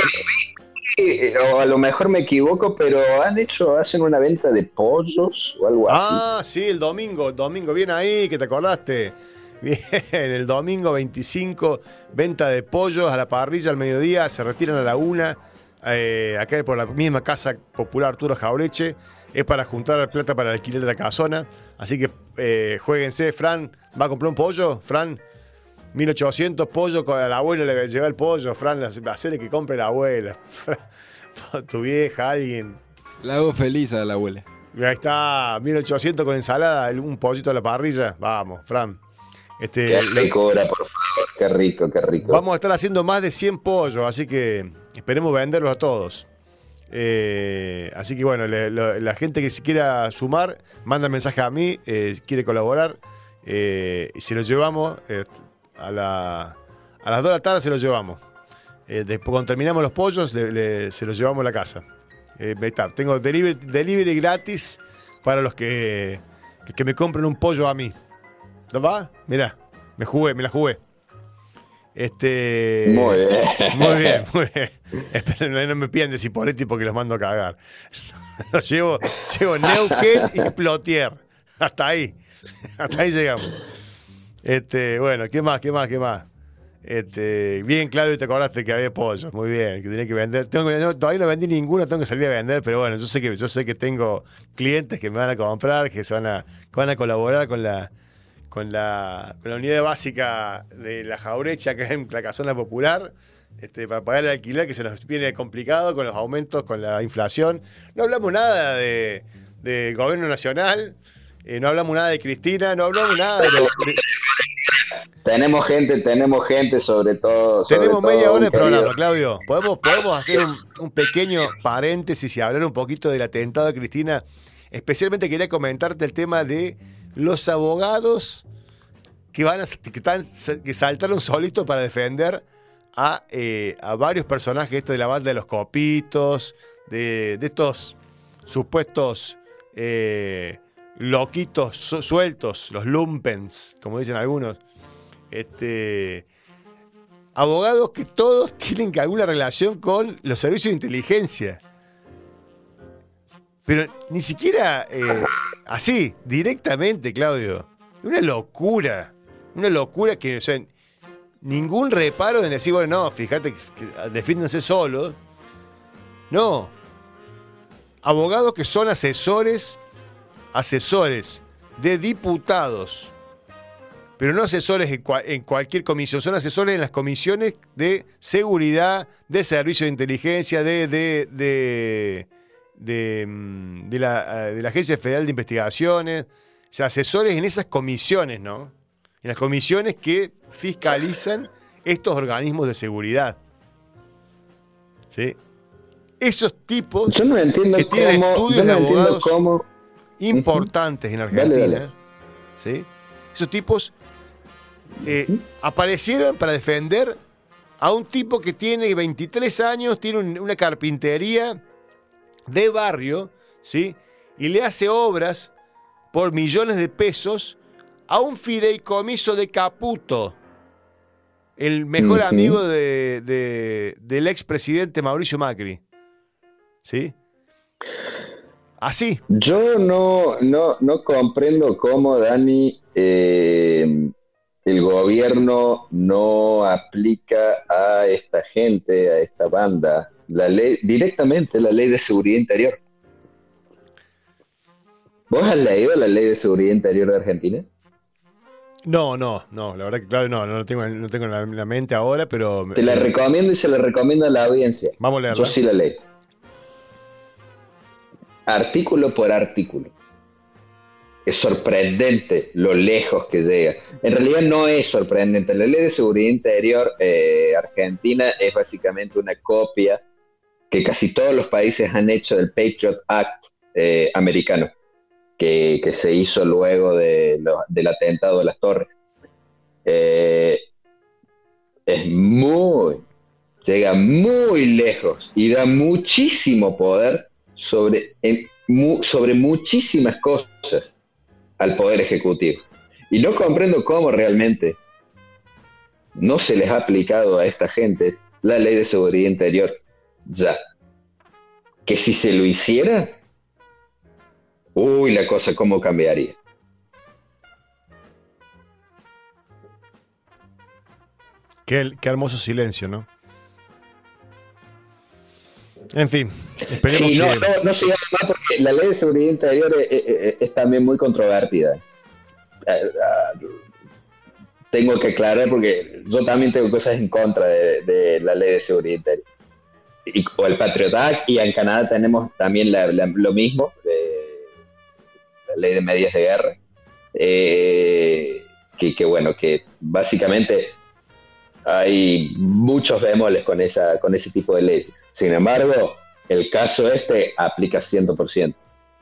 O a lo mejor me equivoco, pero hacen una venta de pollos o algo así. Sí, el domingo, bien ahí, que te acordaste. Bien, el domingo 25, venta de pollos a la parrilla al mediodía, se retiran a la 1, acá por la misma Casa Popular Arturo Jaureche. Es para juntar plata para el alquiler de la casona. Así que jueguense. Fran, ¿va a comprar un pollo? Fran, 1800 pollos, con la abuela le lleva el pollo. Fran, hacerle que compre la abuela. Tu vieja, alguien. La hago feliz a la abuela. Ahí está, 1800 con ensalada, un pollito a la parrilla. Vamos, Fran. Qué rico, por favor. Qué rico, qué rico. Vamos a estar haciendo más de 100 pollos, así que esperemos venderlos a todos. Así que bueno, la gente que se quiera sumar, manda mensaje a mí, quiere colaborar. Y se los llevamos a las 2 de la tarde, se los llevamos. Después, cuando terminamos los pollos, se los llevamos a la casa. Tengo delivery gratis para los que me compren un pollo a mí. ¿No va? Mirá, me la jugué. Muy bien. Muy bien. Esperen, no me piden de Cipoletti porque los mando a cagar. Los llevo Neuquén y Plotier. Hasta ahí llegamos. Bueno, ¿qué más? Bien, Claudio, te acordaste que había pollos. Muy bien, que tenía que vender. Todavía no vendí ninguno, tengo que salir a vender, pero bueno, yo sé que tengo clientes que me van a comprar, que van a colaborar con la unidad básica de la Jaurecha, que es en la Casona Popular, para pagar el alquiler, que se nos viene complicado con los aumentos, con la inflación. No hablamos nada de gobierno nacional, no hablamos nada de Cristina, no hablamos nada de Tenemos gente, sobre todo. Tenemos media hora de programa, Claudio. ¿Podemos hacer un pequeño paréntesis y hablar un poquito del atentado de Cristina? Especialmente quería comentarte el tema de los abogados que saltaron solitos para defender a varios personajes de la banda de los Copitos, de estos supuestos loquitos sueltos, los lumpens, como dicen algunos. Abogados que todos tienen alguna relación con los servicios de inteligencia. Pero ni siquiera así, directamente, Claudio. Una locura que, o sea, ningún reparo en decir, bueno, no, fíjate, que defiéndanse solos. No. Abogados que son asesores de diputados. Pero no asesores en cualquier comisión, son asesores en las comisiones de seguridad, de servicio de inteligencia, de la Agencia Federal de Investigaciones, o sea, asesores en esas comisiones, ¿no? En las comisiones que fiscalizan estos organismos de seguridad. ¿Sí? Esos tipos yo no entiendo que tienen estudios de abogados importantes en Argentina, dale. ¿Sí? Esos tipos aparecieron para defender a un tipo que tiene 23 años, tiene una carpintería de barrio, ¿sí? Y le hace obras por millones de pesos a un fideicomiso de Caputo, el mejor amigo del expresidente Mauricio Macri. ¿Sí? Así. Yo no comprendo cómo, Dani, el gobierno no aplica a esta gente, a esta banda, directamente la ley de seguridad interior. ¿Vos has leído la ley de seguridad interior de Argentina? No, la verdad que claro, no lo tengo en la mente ahora, pero... Te la recomiendo y se la recomiendo a la audiencia. Vamos a leerla. Yo sí la leí. Artículo por artículo. Es sorprendente lo lejos que llega. En realidad no es sorprendente. La ley de seguridad interior argentina es básicamente una copia que casi todos los países han hecho del Patriot Act americano, que se hizo luego del atentado de las Torres. Llega muy lejos y da muchísimo poder sobre muchísimas cosas al Poder Ejecutivo. Y no comprendo cómo realmente no se les ha aplicado a esta gente la ley de seguridad interior ya. Que si se lo hiciera, la cosa cómo cambiaría. Qué hermoso silencio, ¿no? En fin, esperemos sí, que... no se llama más porque la ley de seguridad interior es también muy controvertida. Tengo que aclarar porque yo también tengo cosas en contra de la ley de seguridad interior. O el Patriot Act, y en Canadá tenemos también lo mismo, ley de medidas de guerra, que básicamente hay muchos bemoles con ese tipo de leyes. Sin embargo, el caso aplica 100%.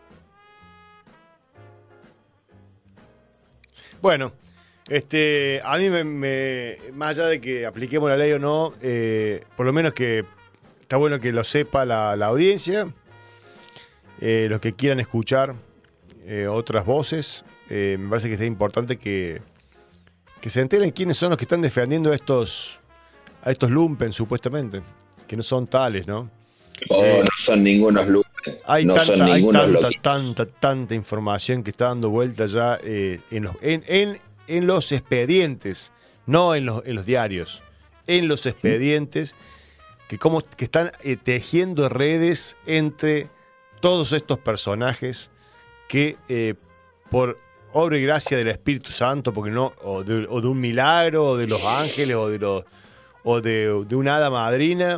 Bueno, a mí más allá de que apliquemos la ley o no, por lo menos que está bueno que lo sepa la audiencia, los que quieran escuchar otras voces, me parece que es importante que se enteren quiénes son los que están defendiendo a estos lumpen, supuestamente, que no son tales, ¿no? No son ningunos lumpen. Hay tanta información que está dando vuelta ya en los expedientes, no en los diarios, en los expedientes, que están tejiendo redes entre todos estos personajes que por obra y gracia del Espíritu Santo, porque no, o de un milagro, o de los ángeles, o de una hada madrina,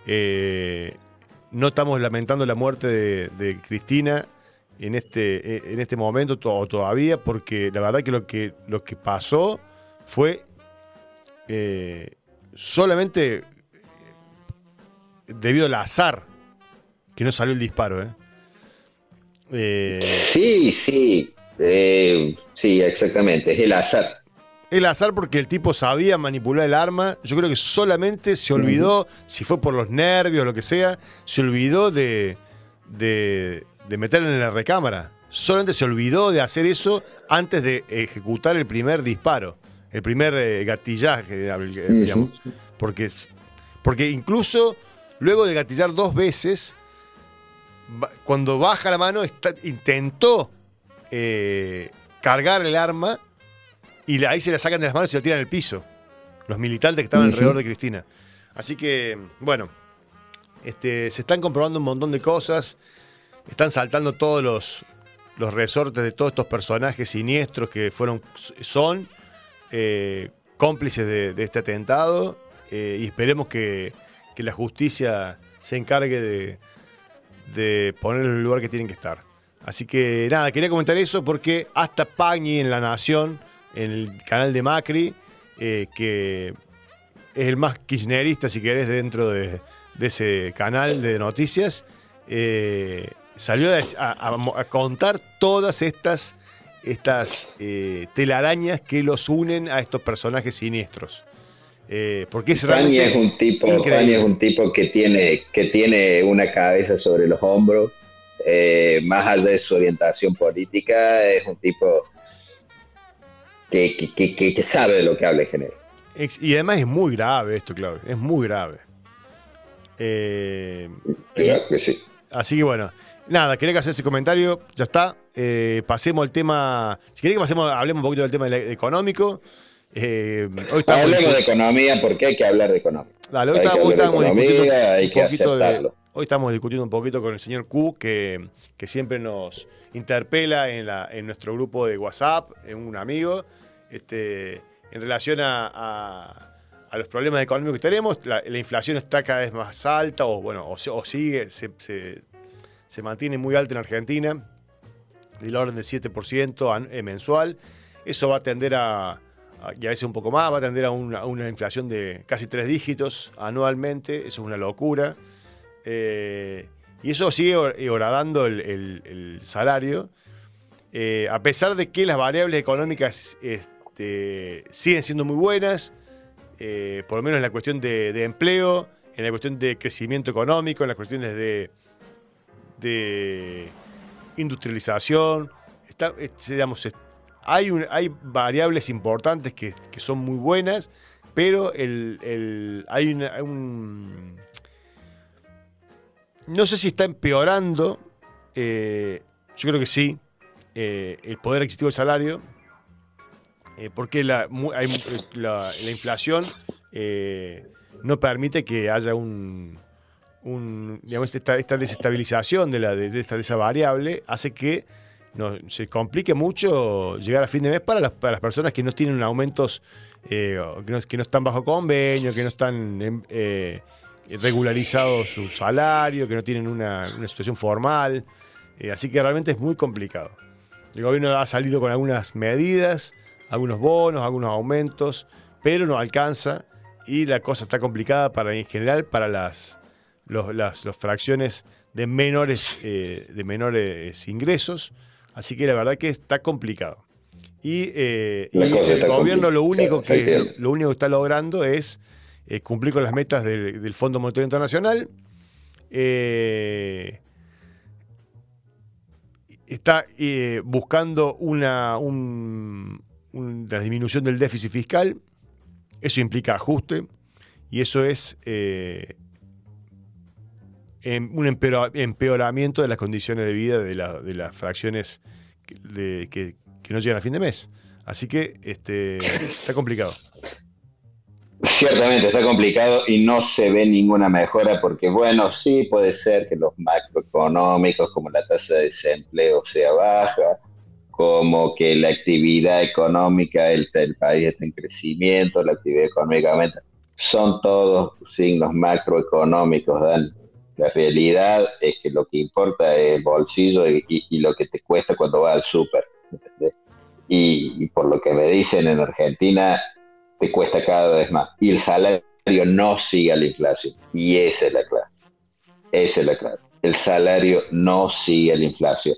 no estamos lamentando la muerte de Cristina en este momento todavía, porque la verdad que lo que pasó fue solamente debido al azar que no salió el disparo. Sí, exactamente, es el azar. El azar porque el tipo sabía manipular el arma. Yo creo que solamente se olvidó, si fue por los nervios o lo que sea, se olvidó de meterlo en la recámara. Solamente se olvidó de hacer eso antes de ejecutar el primer disparo, el primer gatillaje, digamos. Porque incluso luego de gatillar 2 veces, cuando baja la mano, intentó cargar el arma y ahí se la sacan de las manos y se la tiran al piso los militantes que estaban alrededor de Cristina. Así que, bueno, se están comprobando un montón de cosas, están saltando todos los resortes de todos estos personajes siniestros que son cómplices de este atentado, y esperemos que la justicia se encargue de ponerlos en el lugar que tienen que estar. Así que nada, quería comentar eso porque hasta Pagni en La Nación, en el canal de Macri, que es el más kirchnerista, si querés, dentro de ese canal de noticias, salió a contar todas estas telarañas que los unen a estos personajes siniestros. Porque es Pagni realmente Pagni es un tipo que tiene una cabeza sobre los hombros, más allá de su orientación política, es un tipo que sabe de lo que habla en general. Y además es muy grave esto, Claudio, es muy grave. Claro que sí. Así que bueno, nada, quería que hacer ese comentario, ya está. Pasemos al tema, si querés que hablemos un poquito del tema económico. Hablemos de economía porque hay que hablar de economía. Dale, hoy estamos discutiendo un poquito con el señor Q, que siempre nos interpela en nuestro grupo de WhatsApp, en un amigo, en relación a los problemas económicos que tenemos. La inflación está cada vez más alta, o sigue, se mantiene muy alta en Argentina, del orden del 7% mensual. Eso va a tender y a veces un poco más, va a tender a una inflación de casi 3 dígitos anualmente. Eso es una locura. Y eso sigue horadando el salario, a pesar de que las variables económicas siguen siendo muy buenas, por lo menos en la cuestión de empleo, en la cuestión de crecimiento económico, en las cuestiones de industrialización. Hay variables importantes que son muy buenas, pero hay un no sé si está empeorando, yo creo que sí, el poder adquisitivo del salario, porque la inflación no permite que haya digamos, esta desestabilización de esa variable, hace que se complique mucho llegar a fin de mes para las personas que no tienen aumentos, que no están bajo convenio, que no están regularizado su salario, que no tienen una situación formal. Así que realmente es muy complicado. El gobierno ha salido con algunas medidas, algunos bonos, algunos aumentos, pero no alcanza y la cosa está complicada en general para las fracciones de menores ingresos. Así que la verdad que está complicado. Y el gobierno lo único que está logrando es cumplir con las metas del Fondo Monetario Internacional. Está buscando una disminución del déficit fiscal. Eso implica ajuste y eso es un empeoramiento de las condiciones de vida de las fracciones que no llegan a fin de mes. Así que está complicado. Ciertamente está complicado y no se ve ninguna mejora porque, bueno, sí puede ser que los macroeconómicos, como la tasa de desempleo sea baja, como que la actividad económica del país esté en crecimiento, la actividad económica aumenta. Son todos signos macroeconómicos, Dan. La realidad es que lo que importa es el bolsillo y lo que te cuesta cuando vas al súper. Y por lo que me dicen en Argentina, te cuesta cada vez más. Y el salario no sigue a la inflación. Y esa es la clave. Esa es la clave. El salario no sigue a la inflación.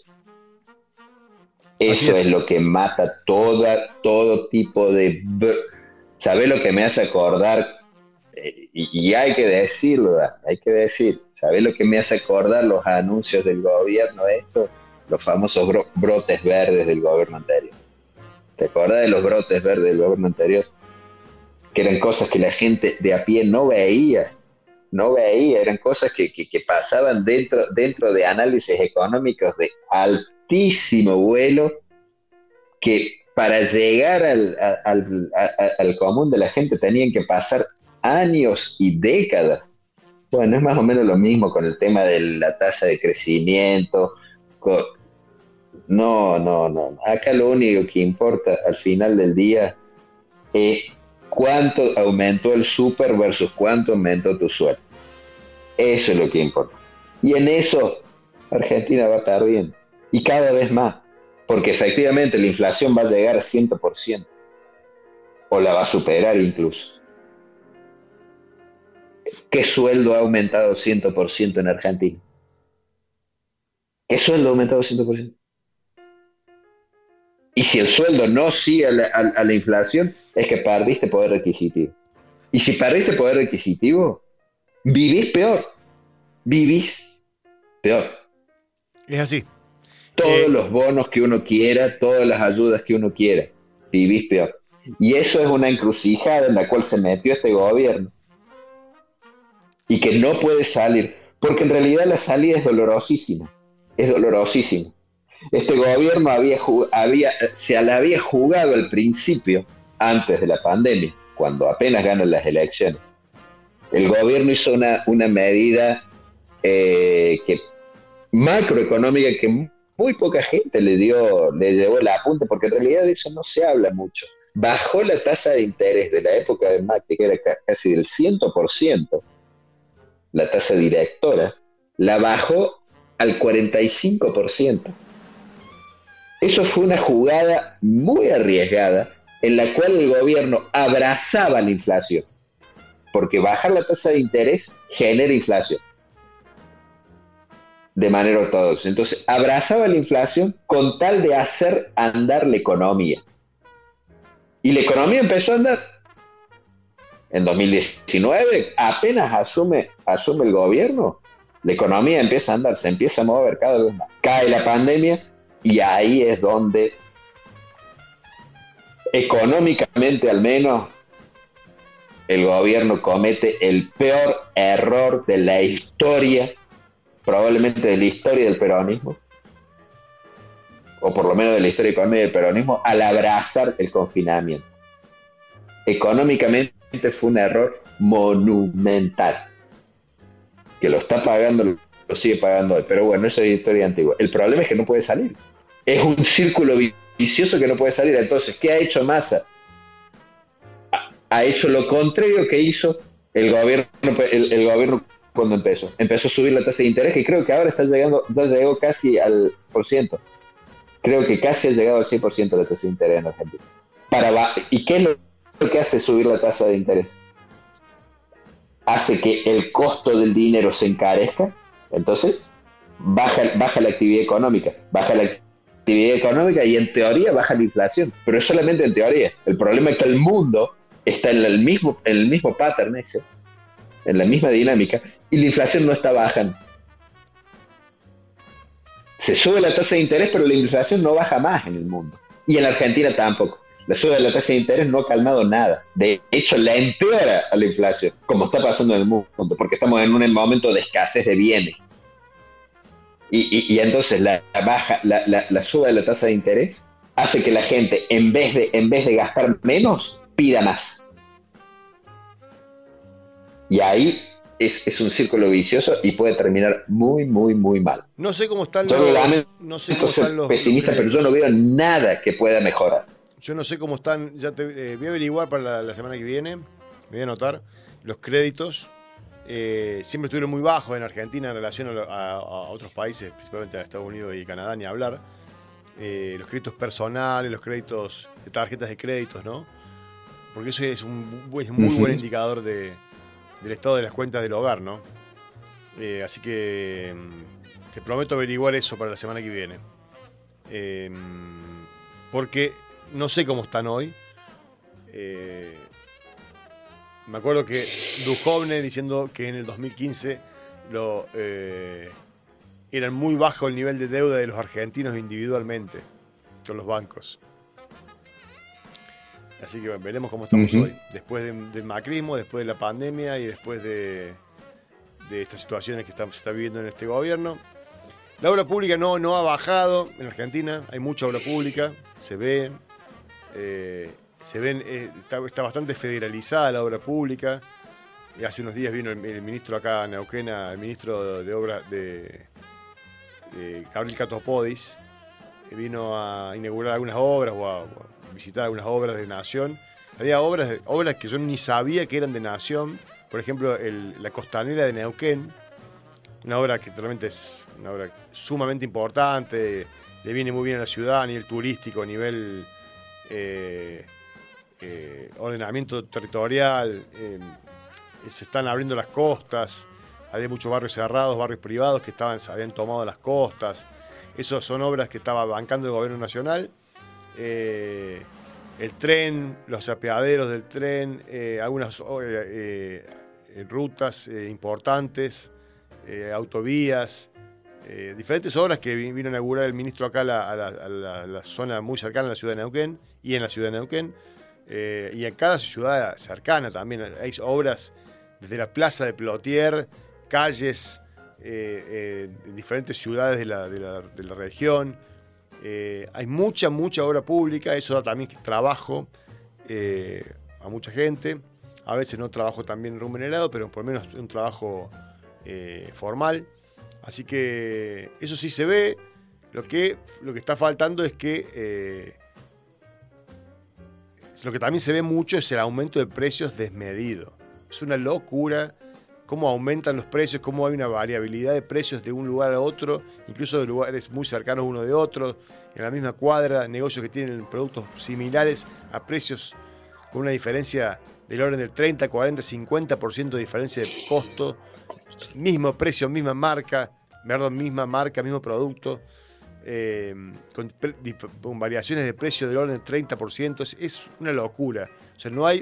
Eso es lo que mata todo tipo de... ¿Sabés lo que me hace acordar? Y hay que decirlo, hay que decir. ¿Sabés lo que me hace acordar los anuncios del gobierno? Los famosos brotes verdes del gobierno anterior. ¿Te acordás de los brotes verdes del gobierno anterior? Que eran cosas que la gente de a pie no veía, eran cosas que pasaban dentro de análisis económicos de altísimo vuelo, que para llegar al común de la gente tenían que pasar años y décadas. Bueno, es más o menos lo mismo con el tema de la tasa de crecimiento. No. Acá lo único que importa al final del día es cuánto aumentó el súper versus cuánto aumentó tu sueldo. Eso es lo que importa. Y en eso Argentina va perdiendo. Y cada vez más. Porque efectivamente la inflación va a llegar a 100%. O la va a superar incluso. ¿Qué sueldo ha aumentado 100% en Argentina? ¿Qué sueldo ha aumentado 100%? Y si el sueldo no sigue a la inflación, es que perdiste poder adquisitivo. Y si perdiste poder adquisitivo, vivís peor. Es así. Todos los bonos que uno quiera, todas las ayudas que uno quiera, vivís peor. Y eso es una encrucijada en la cual se metió este gobierno. Y que no puede salir. Porque en realidad la salida es dolorosísima. Es dolorosísima. Este gobierno se la había jugado al principio, antes de la pandemia, cuando apenas ganan las elecciones. El gobierno hizo una medida macroeconómica que muy poca gente le llevó el apunte, porque en realidad de eso no se habla mucho. Bajó la tasa de interés de la época de Macri, que era casi del 100%, la tasa directora, la bajó al 45%. Eso fue una jugada muy arriesgada en la cual el gobierno abrazaba la inflación, porque bajar la tasa de interés genera inflación de manera ortodoxa. Entonces abrazaba la inflación con tal de hacer andar la economía. Y la economía empezó a andar. En 2019, apenas asume el gobierno, la economía empieza a andar, se empieza a mover cada vez más. Cae la pandemia y ahí es donde, económicamente al menos, el gobierno comete el peor error de la historia, probablemente de la historia del peronismo, o por lo menos de la historia económica del peronismo, al abrazar el confinamiento. Económicamente fue un error monumental, que lo está pagando, lo sigue pagando hoy, pero bueno, eso es historia antigua. El problema es que no puede salir. Es un círculo vicioso que no puede salir. Entonces, ¿qué ha hecho Massa? Ha hecho lo contrario que hizo el gobierno cuando empezó a subir la tasa de interés, que creo que ahora está llegando, ya llegó casi al %. Creo que casi ha llegado al 100% de la tasa de interés en Argentina. ¿Y qué es lo que hace subir la tasa de interés? Hace que el costo del dinero se encarezca, entonces baja la actividad económica, y en teoría baja la inflación, pero es solamente en teoría. El problema es que el mundo está en el mismo pattern ese, en la misma dinámica, y la inflación no está bajando. Se sube la tasa de interés, pero la inflación no baja más en el mundo. Y en la Argentina tampoco. La suba de la tasa de interés no ha calmado nada. De hecho, la empeora a la inflación, como está pasando en el mundo, porque estamos en un momento de escasez de bienes. Y entonces la suba de la tasa de interés hace que la gente, en vez de gastar menos, pida más. Y ahí es un círculo vicioso y puede terminar muy, muy, muy mal. No sé cómo están los pesimistas, pero yo no veo nada que pueda mejorar. Yo no sé cómo están, voy a averiguar para la semana que viene, me voy a anotar los créditos. Siempre estuvieron muy bajos en Argentina en relación a otros países, principalmente a Estados Unidos y Canadá, ni hablar. Los créditos personales, los créditos de tarjetas de créditos, ¿no? Porque eso es un muy buen indicador del estado de las cuentas del hogar, ¿no? Así que te prometo averiguar eso para la semana que viene. Porque no sé cómo están hoy. Me acuerdo que Duhovne diciendo que en el 2015 eran muy bajo el nivel de deuda de los argentinos individualmente con los bancos. Así que veremos cómo estamos hoy. Después del macrismo, después de la pandemia y después de estas situaciones que se está viviendo en este gobierno. La obra pública no ha bajado en Argentina. Hay mucha obra pública, se ve. Está bastante federalizada la obra pública. Hace unos días vino el ministro acá en Neuquén, el ministro de Obras de Gabriel Catopodis, vino a inaugurar algunas obras o a visitar algunas obras de Nación. Había obras que yo ni sabía que eran de Nación. Por ejemplo, la costanera de Neuquén, una obra que realmente es una obra sumamente importante, le viene muy bien a la ciudad a nivel turístico, a nivel ordenamiento territorial. Se están abriendo las costas, había muchos barrios cerrados, barrios privados que habían tomado las costas. Esas son obras que estaba bancando el gobierno nacional. El tren, los apeaderos del tren, algunas rutas importantes, autovías, diferentes obras que vino a inaugurar el ministro acá a la zona muy cercana a la ciudad de Neuquén y en la ciudad de Neuquén. Y en cada ciudad cercana también hay obras desde la plaza de Plotier, calles en diferentes ciudades de la región. Hay mucha obra pública, eso da también trabajo a mucha gente. A veces no trabajo también remunerado, pero por lo menos un trabajo formal. Así que eso sí se ve. Lo que está faltando es que lo que también se ve mucho es el aumento de precios desmedido. Es una locura cómo aumentan los precios, cómo hay una variabilidad de precios de un lugar a otro, incluso de lugares muy cercanos uno de otro, en la misma cuadra, negocios que tienen productos similares a precios con una diferencia del orden del 30, 40, 50% de diferencia de costo, mismo precio, misma marca, mismo producto, con variaciones de precio del orden del 30%, es una locura. O sea, no hay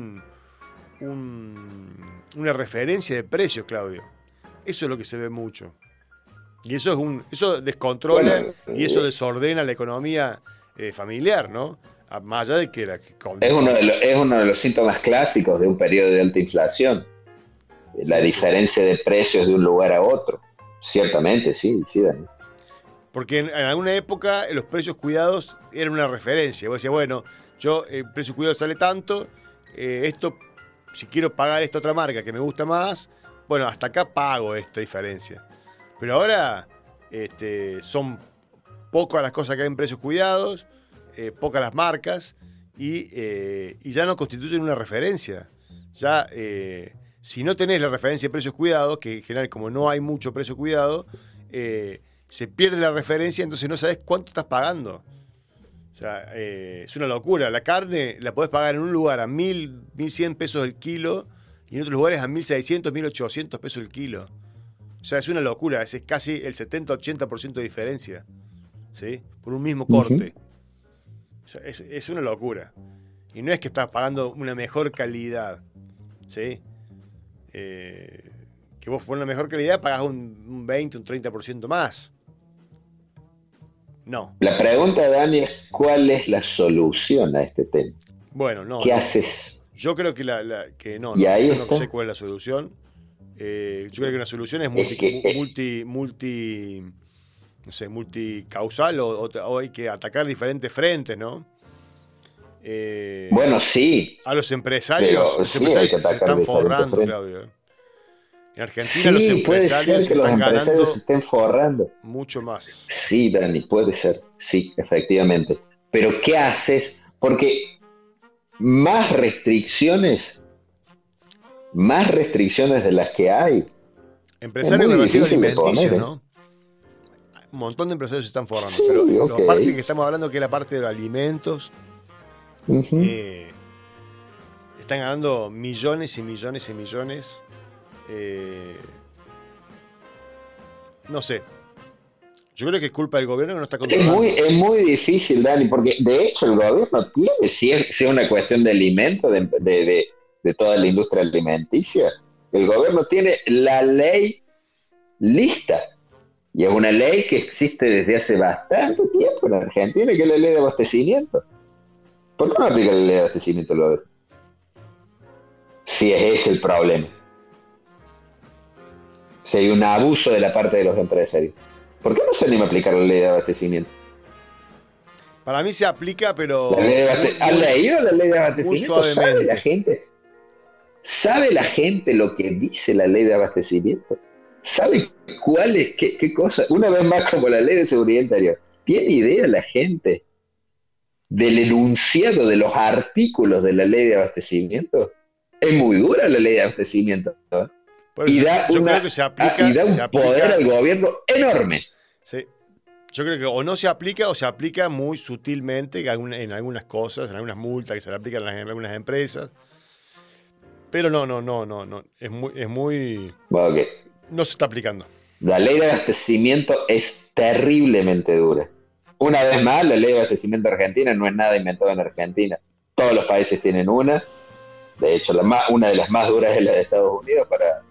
una referencia de precios, Claudio. Eso es lo que se ve mucho. Y eso descontrola y eso desordena la economía familiar, ¿no? Más allá de que es uno de los síntomas clásicos de un periodo de alta inflación. La diferencia de precios de un lugar a otro. Ciertamente, sí, Daniel. Porque en alguna época los precios cuidados eran una referencia. Vos decías, bueno, el precio cuidado sale tanto, si quiero pagar esta otra marca que me gusta más, bueno, hasta acá pago esta diferencia. Pero ahora son pocas las cosas que hay en precios cuidados, pocas las marcas, y ya no constituyen una referencia. Ya, si no tenés la referencia de precios cuidados, que en general como no hay mucho precio cuidado, se pierde la referencia, entonces no sabes cuánto estás pagando. O sea, es una locura. La carne la podés pagar en un lugar a 1.000, 1.100 pesos el kilo y en otros lugares a 1.600, 1.800 pesos el kilo. O sea, es una locura. Es casi el 70-80% de diferencia, ¿sí? Por un mismo corte. O sea, es una locura. Y no es que estás pagando una mejor calidad, ¿sí? Que vos por una mejor calidad pagás un 20, un 30% más. No. La pregunta, Dani, es ¿cuál es la solución a este tema? Bueno, no. ¿Qué haces? Yo creo que no sé cuál es la solución. Yo creo que una solución es multicausal o hay que atacar diferentes frentes, ¿no? Bueno, sí. A los empresarios, se están forrando, Claudio. En Argentina los empresarios se estén forrando mucho más. Sí, Dani, puede ser, sí, efectivamente. Pero ¿qué haces? Porque más restricciones de las que hay. Empresarios, me refiero alimenticios, ¿no? Un montón de empresarios se están forrando, sí, pero la parte que estamos hablando, que es la parte de los alimentos, están ganando millones y millones y millones. No sé. Yo creo que es culpa del gobierno que no está controlando. Es muy difícil, Dani, porque de hecho el gobierno tiene, si es una cuestión de alimentos, de toda la industria alimenticia, el gobierno tiene la ley lista. Y es una ley que existe desde hace bastante tiempo en Argentina, que es la ley de abastecimiento. ¿Por qué no aplica la ley de abastecimiento al gobierno? Si es ese el problema. Si hay un abuso de la parte de los empresarios. ¿Por qué no se anima a aplicar la ley de abastecimiento? Para mí se aplica, pero... ¿Han leído la ley de abastecimiento? Suavemente. ¿Sabe la gente lo que dice la ley de abastecimiento? ¿Sabe cuál es, qué cosa? Una vez más, como la ley de seguridad interior. ¿Tiene idea la gente del enunciado de los artículos de la ley de abastecimiento? Es muy dura la ley de abastecimiento, ¿no? Y da un poder al gobierno enorme. Sí. Yo creo que o no se aplica o se aplica muy sutilmente en algunas cosas, en algunas multas que se le aplican en algunas empresas. Pero no. Es muy... Okay. No se está aplicando. La ley de abastecimiento es terriblemente dura. Una vez más, la ley de abastecimiento argentina no es nada inventado en Argentina. Todos los países tienen una. De hecho, una de las más duras es la de Estados Unidos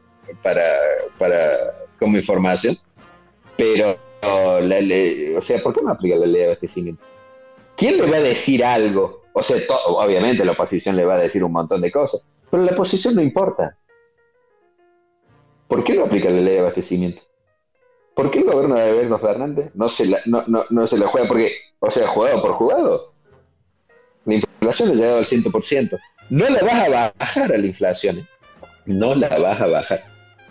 para como información. Pero, o sea, ¿por qué no aplica la ley de abastecimiento? ¿Quién le va a decir algo? O sea, obviamente la oposición le va a decir un montón de cosas, pero la oposición no importa. ¿Por qué no aplica la ley de abastecimiento? ¿Por qué el gobierno de Alberto Fernández no se la juega? Porque, o sea, jugado por jugado. La inflación ha llegado al 100%. No la vas a bajar a la inflación. No la vas a bajar.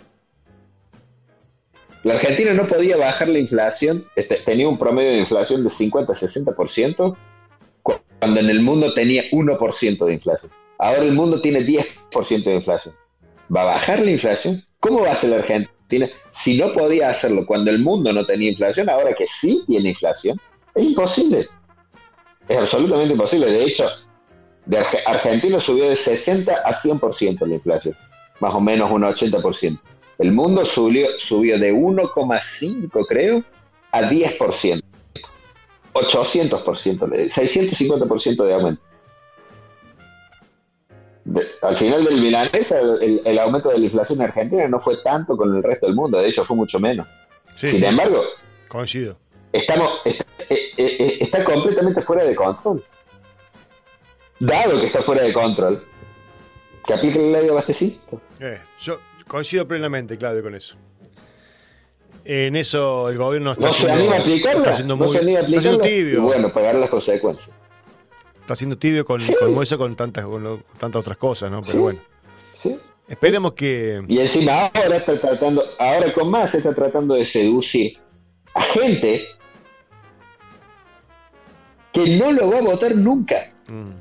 La Argentina no podía bajar la inflación. Tenía un promedio de inflación de 50-60%, cuando en el mundo tenía 1% de inflación. Ahora el mundo tiene 10% de inflación. ¿Va a bajar la inflación? ¿Cómo va a hacer la Argentina si no podía hacerlo cuando el mundo no tenía inflación, ahora que sí tiene inflación? Es imposible. Es absolutamente imposible. De hecho, Argentina subió de 60 a 100% la inflación. Más o menos un 80%. El mundo subió de 1,5, creo, a 10%. 800%, 650% de aumento. Al final del Milanesa, el aumento de la inflación en Argentina no fue tanto con el resto del mundo, de hecho fue mucho menos. Sin embargo, coincido. Está completamente fuera de control. Dado que está fuera de control, que aplique la ley de abastecimiento. Yo coincido plenamente, Claudio, con eso. En eso el gobierno está se anima a aplicarla. Está siendo tibio. Y bueno, pagar las consecuencias. Está siendo tibio con eso, con tantas otras cosas, ¿no? Pero bueno. Sí. Esperemos que... Y encima ahora con más está tratando de seducir a gente que no lo va a votar nunca.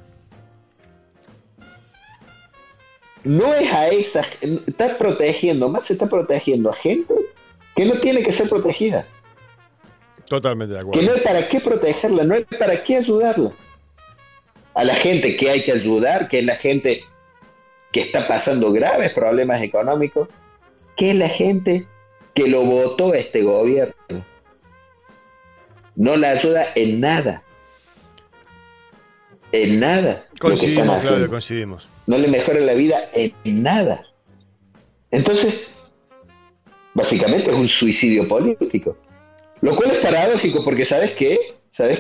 No es a esas... se está protegiendo a gente que no tiene que ser protegida. Totalmente de Que acuerdo. no hay para qué protegerla, no hay para qué ayudarla. A la gente que hay que ayudar, que es la gente que está pasando graves problemas económicos, que es la gente que lo votó a este gobierno. No la ayuda en nada. En nada. Lo que están Coincidimos, Claudio, haciendo. coincidimos. No le mejora la vida en nada. Entonces, básicamente es un suicidio político. Lo cual es paradójico porque ¿sabes qué?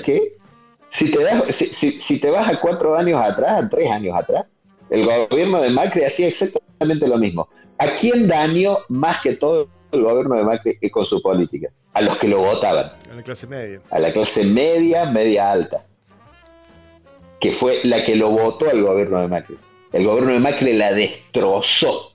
Si te vas a 4 años atrás, a 3 años atrás, el gobierno de Macri hacía exactamente lo mismo. ¿A quién dañó más que todo el gobierno de Macri con su política? A los que lo votaban. A la clase media. A la clase media, media alta, que fue la que lo votó al gobierno de Macri. El gobierno de Macri la destrozó.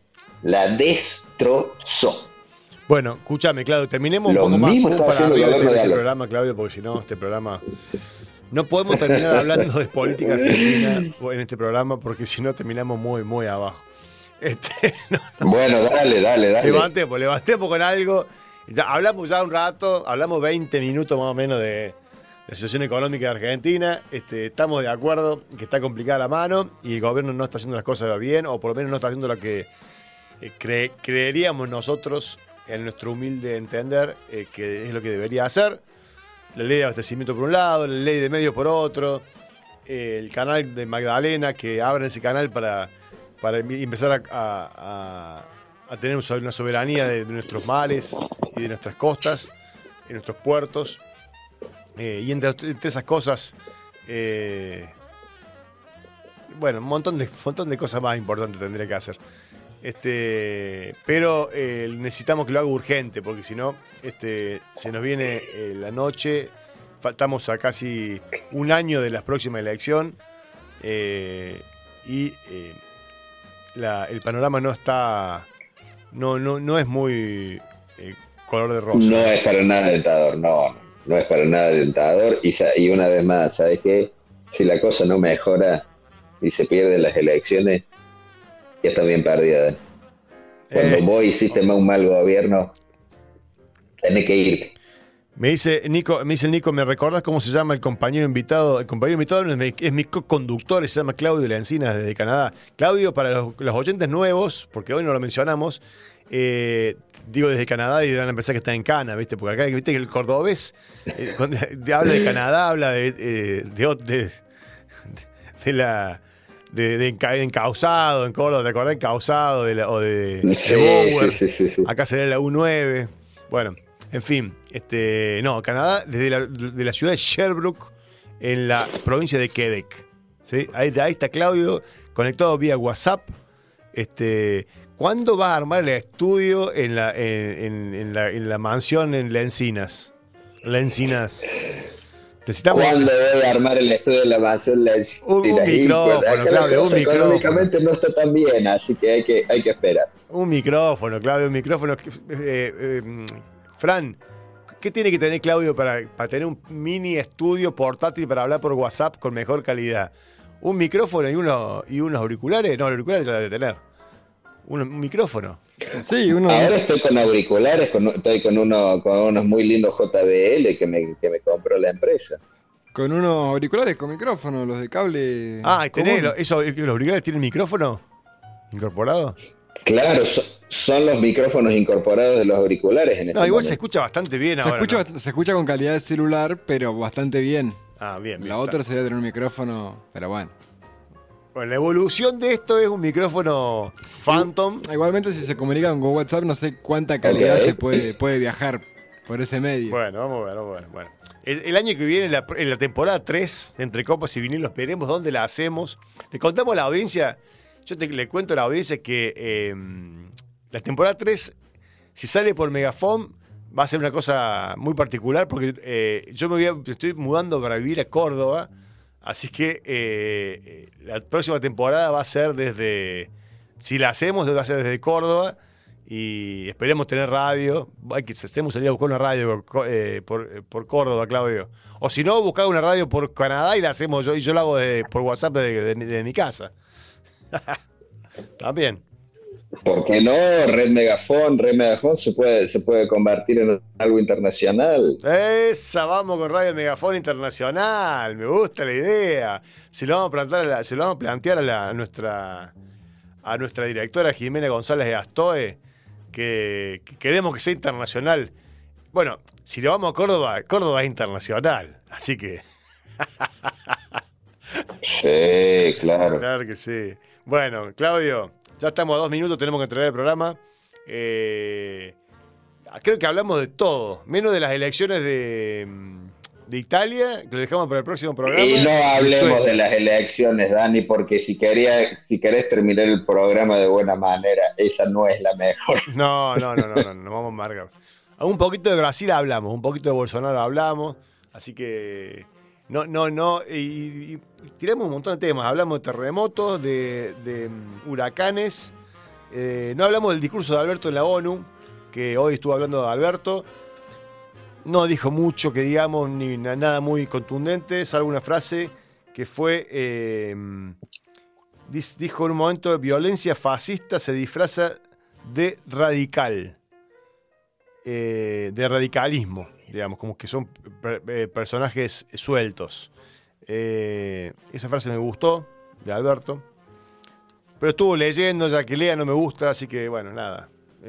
Bueno, escúchame, Claudio, terminemos Lo un poco más mismo está para haciendo el arriba gobierno de este Álvaro. programa, Claudio, porque si no, este programa... No podemos terminar hablando de política argentina en este programa, porque si no terminamos muy, muy abajo. Bueno, dale. Levantemos con algo. Hablamos ya un rato, hablamos 20 minutos más o menos de la situación económica de Argentina. Estamos de acuerdo que está complicada la mano y el gobierno no está haciendo las cosas bien, o por lo menos no está haciendo lo que creeríamos nosotros, en nuestro humilde entender, que es lo que debería hacer. La ley de abastecimiento por un lado, la ley de medios por otro, el canal de Magdalena, que abran ese canal para empezar a tener una soberanía de nuestros mares y de nuestras costas, en nuestros puertos. Y entre esas cosas, bueno, un montón de cosas más importantes tendría que hacer. Pero necesitamos que lo haga urgente, porque si no, se nos viene la noche, faltamos a casi un año de la próxima elección, y el panorama no es muy color de rosa. No es para nada tentador, no es para nada tentador. Y una vez más, ¿sabes qué? Si la cosa no mejora y se pierden las elecciones, ya está bien perdida. Cuando vos hiciste un mal gobierno, tenés que ir. Me dice el Nico, ¿me recordás cómo se llama el compañero invitado? El compañero invitado es mi co-conductor, se llama Claudio Lencinas desde Canadá. Claudio, para los oyentes nuevos, porque hoy no lo mencionamos, digo desde Canadá y van a pensar que está en Cana, ¿viste? Porque acá, ¿viste? Que el cordobés cuando habla de Canadá, habla de Encauzado, en Córdoba, ¿te acordás? Encauzado de Bower. Sí. Acá sería la U9. Bueno, en fin. Canadá, de la ciudad de Sherbrooke, en la provincia de Quebec. ¿Sí? Ahí está Claudio, conectado vía WhatsApp. ¿Cuándo vas a armar el estudio en la mansión en Lencinas? Necesitamos... ¿Cuándo voy a armar el estudio de la mansión? Un micrófono, Claudio, un micrófono. Económicamente no está tan bien, así que hay que esperar. Un micrófono, Claudio, un micrófono. Fran, ¿qué tiene que tener Claudio para tener un mini estudio portátil para hablar por WhatsApp con mejor calidad? ¿Un micrófono y unos auriculares? No, los auriculares ya debe tener. Un micrófono. Sí, Ahora estoy con auriculares, estoy con unos muy lindos JBL que me compró la empresa. Con unos auriculares con micrófono, los de cable. Ah, ¿tenés común. los auriculares tienen micrófono incorporado? Claro, son los micrófonos incorporados de los auriculares en este No, igual momento. se escucha bastante bien Se ahora. escucha, ¿no? se escucha con calidad de celular, pero bastante bien. Ah, bien. La otra sería tener un micrófono, pero bueno. Bueno, la evolución de esto es un micrófono Phantom. Igualmente, si se comunican con WhatsApp, no sé cuánta calidad Ok. se puede viajar por ese medio. Bueno, vamos a ver. Bueno. El año que viene, en la temporada 3, entre copas y vinilos, veremos dónde la hacemos. Le contamos a la audiencia, le cuento a la audiencia que la temporada 3, si sale por Megafon, va a ser una cosa muy particular, porque yo me estoy mudando para vivir a Córdoba, así que la próxima temporada va a ser si la hacemos, va a ser desde Córdoba. Y esperemos tener radio. Tenemos que salir a buscar una radio por Córdoba, Claudio. O si no, buscar una radio por Canadá y la hacemos yo. Y yo la hago por WhatsApp de mi casa. También. ¿Por qué no? Red Megafón se puede convertir en algo internacional. Esa, vamos con Radio Megafón Internacional. Me gusta la idea. Se lo vamos a plantear a nuestra directora Jimena González de Astoe, que queremos que sea internacional. Bueno, si lo vamos a Córdoba es internacional. Así que... Sí, claro. Claro que sí. Bueno, Claudio, ya estamos a 2 minutos, tenemos que entregar el programa. Creo que hablamos de todo, menos de las elecciones de Italia, que lo dejamos para el próximo programa. Y no hablemos de las elecciones, Dani, porque si querés terminar el programa de buena manera, esa no es la mejor. No, vamos a marcar. Un poquito de Brasil hablamos, un poquito de Bolsonaro hablamos, así que y tiramos un montón de temas. Hablamos de terremotos, de huracanes. No hablamos del discurso de Alberto en la ONU, que hoy estuvo hablando de Alberto. No dijo mucho que digamos, ni nada muy contundente, salvo una frase que fue, dijo en un momento, violencia fascista se disfraza de radical, de radicalismo, digamos, como que son personajes sueltos. Esa frase me gustó, de Alberto. Pero estuvo leyendo, ya que lea no me gusta, así que bueno, nada.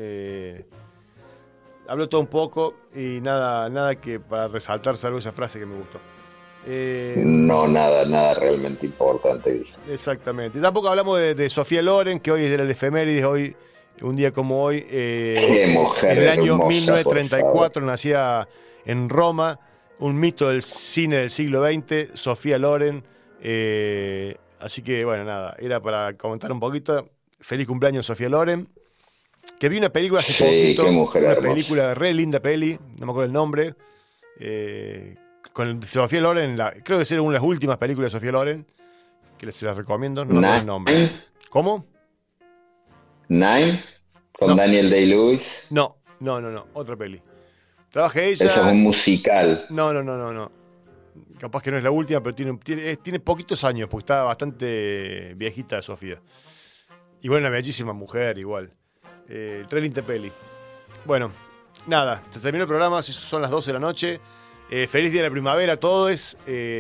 Habló todo un poco y nada que para resaltar, salvo esa frase que me gustó. No, nada realmente importante, dije. Exactamente. Y tampoco hablamos de Sofía Loren, que hoy es el efemérides, hoy, un día como hoy. Qué mujer en el año hermosa, 1934 nacía en Roma, un mito del cine del siglo XX, Sofía Loren. Así que, bueno, nada, era para comentar un poquito. Feliz cumpleaños, Sofía Loren. Que vi una película hace poquito, una película re linda peli, no me acuerdo el nombre, con Sofía Loren, creo que es una de las últimas películas de Sofía Loren, que se las recomiendo, no me acuerdo el nombre. ¿Cómo? ¿Nine? ¿Con Daniel Day-Lewis? No, otra peli. Trabaja ella... Eso es un musical. No. Capaz que no es la última, pero tiene poquitos años, porque está bastante viejita Sofía. Y bueno, una bellísima mujer igual. Re linda peli. Bueno, nada, se terminó el programa, son las 12 de la noche. Feliz día de la primavera a todos.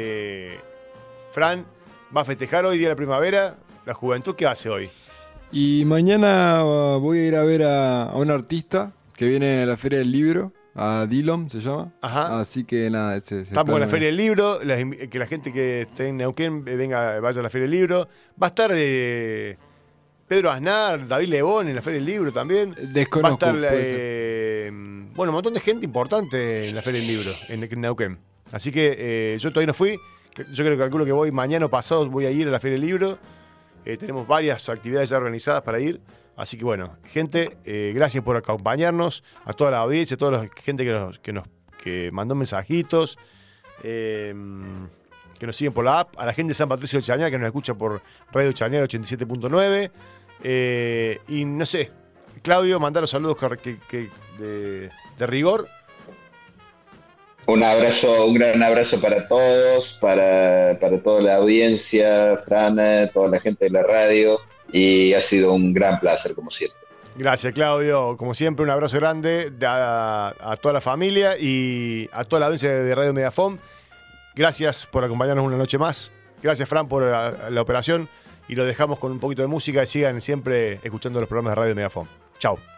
Fran va a festejar hoy día de la primavera. La juventud, ¿qué hace hoy? Y mañana voy a ir a ver a un artista que viene a la Feria del Libro, a Dillom se llama. Ajá. Así que nada, estamos en la Feria del Libro. Que la gente que esté en Neuquén vaya a la Feria del Libro. Va a estar Pedro Aznar, David Lebón en la Feria del Libro también. Desconozco. Va a estar un montón de gente importante en la Feria del Libro en Neuquén. Así que yo todavía no fui. Yo calculo que voy mañana o pasado, voy a ir a la Feria del Libro. Tenemos varias actividades ya organizadas para ir. Así que bueno, gente, gracias por acompañarnos, a toda la audiencia, a toda la gente que mandó mensajitos, que nos siguen por la app, a la gente de San Patricio de Chañar que nos escucha por Radio Chañar 87.9. Y no sé, Claudio, mandar los saludos de rigor. Un gran abrazo para todos, para toda la audiencia, Fran, toda la gente de la radio, y ha sido un gran placer como siempre. Gracias, Claudio. Como siempre, un abrazo grande a toda la familia y a toda la audiencia de Radio Megafón. Gracias por acompañarnos una noche más. Gracias, Fran, por la operación. Y lo dejamos con un poquito de música y sigan siempre escuchando los programas de Radio Megafón. Chao.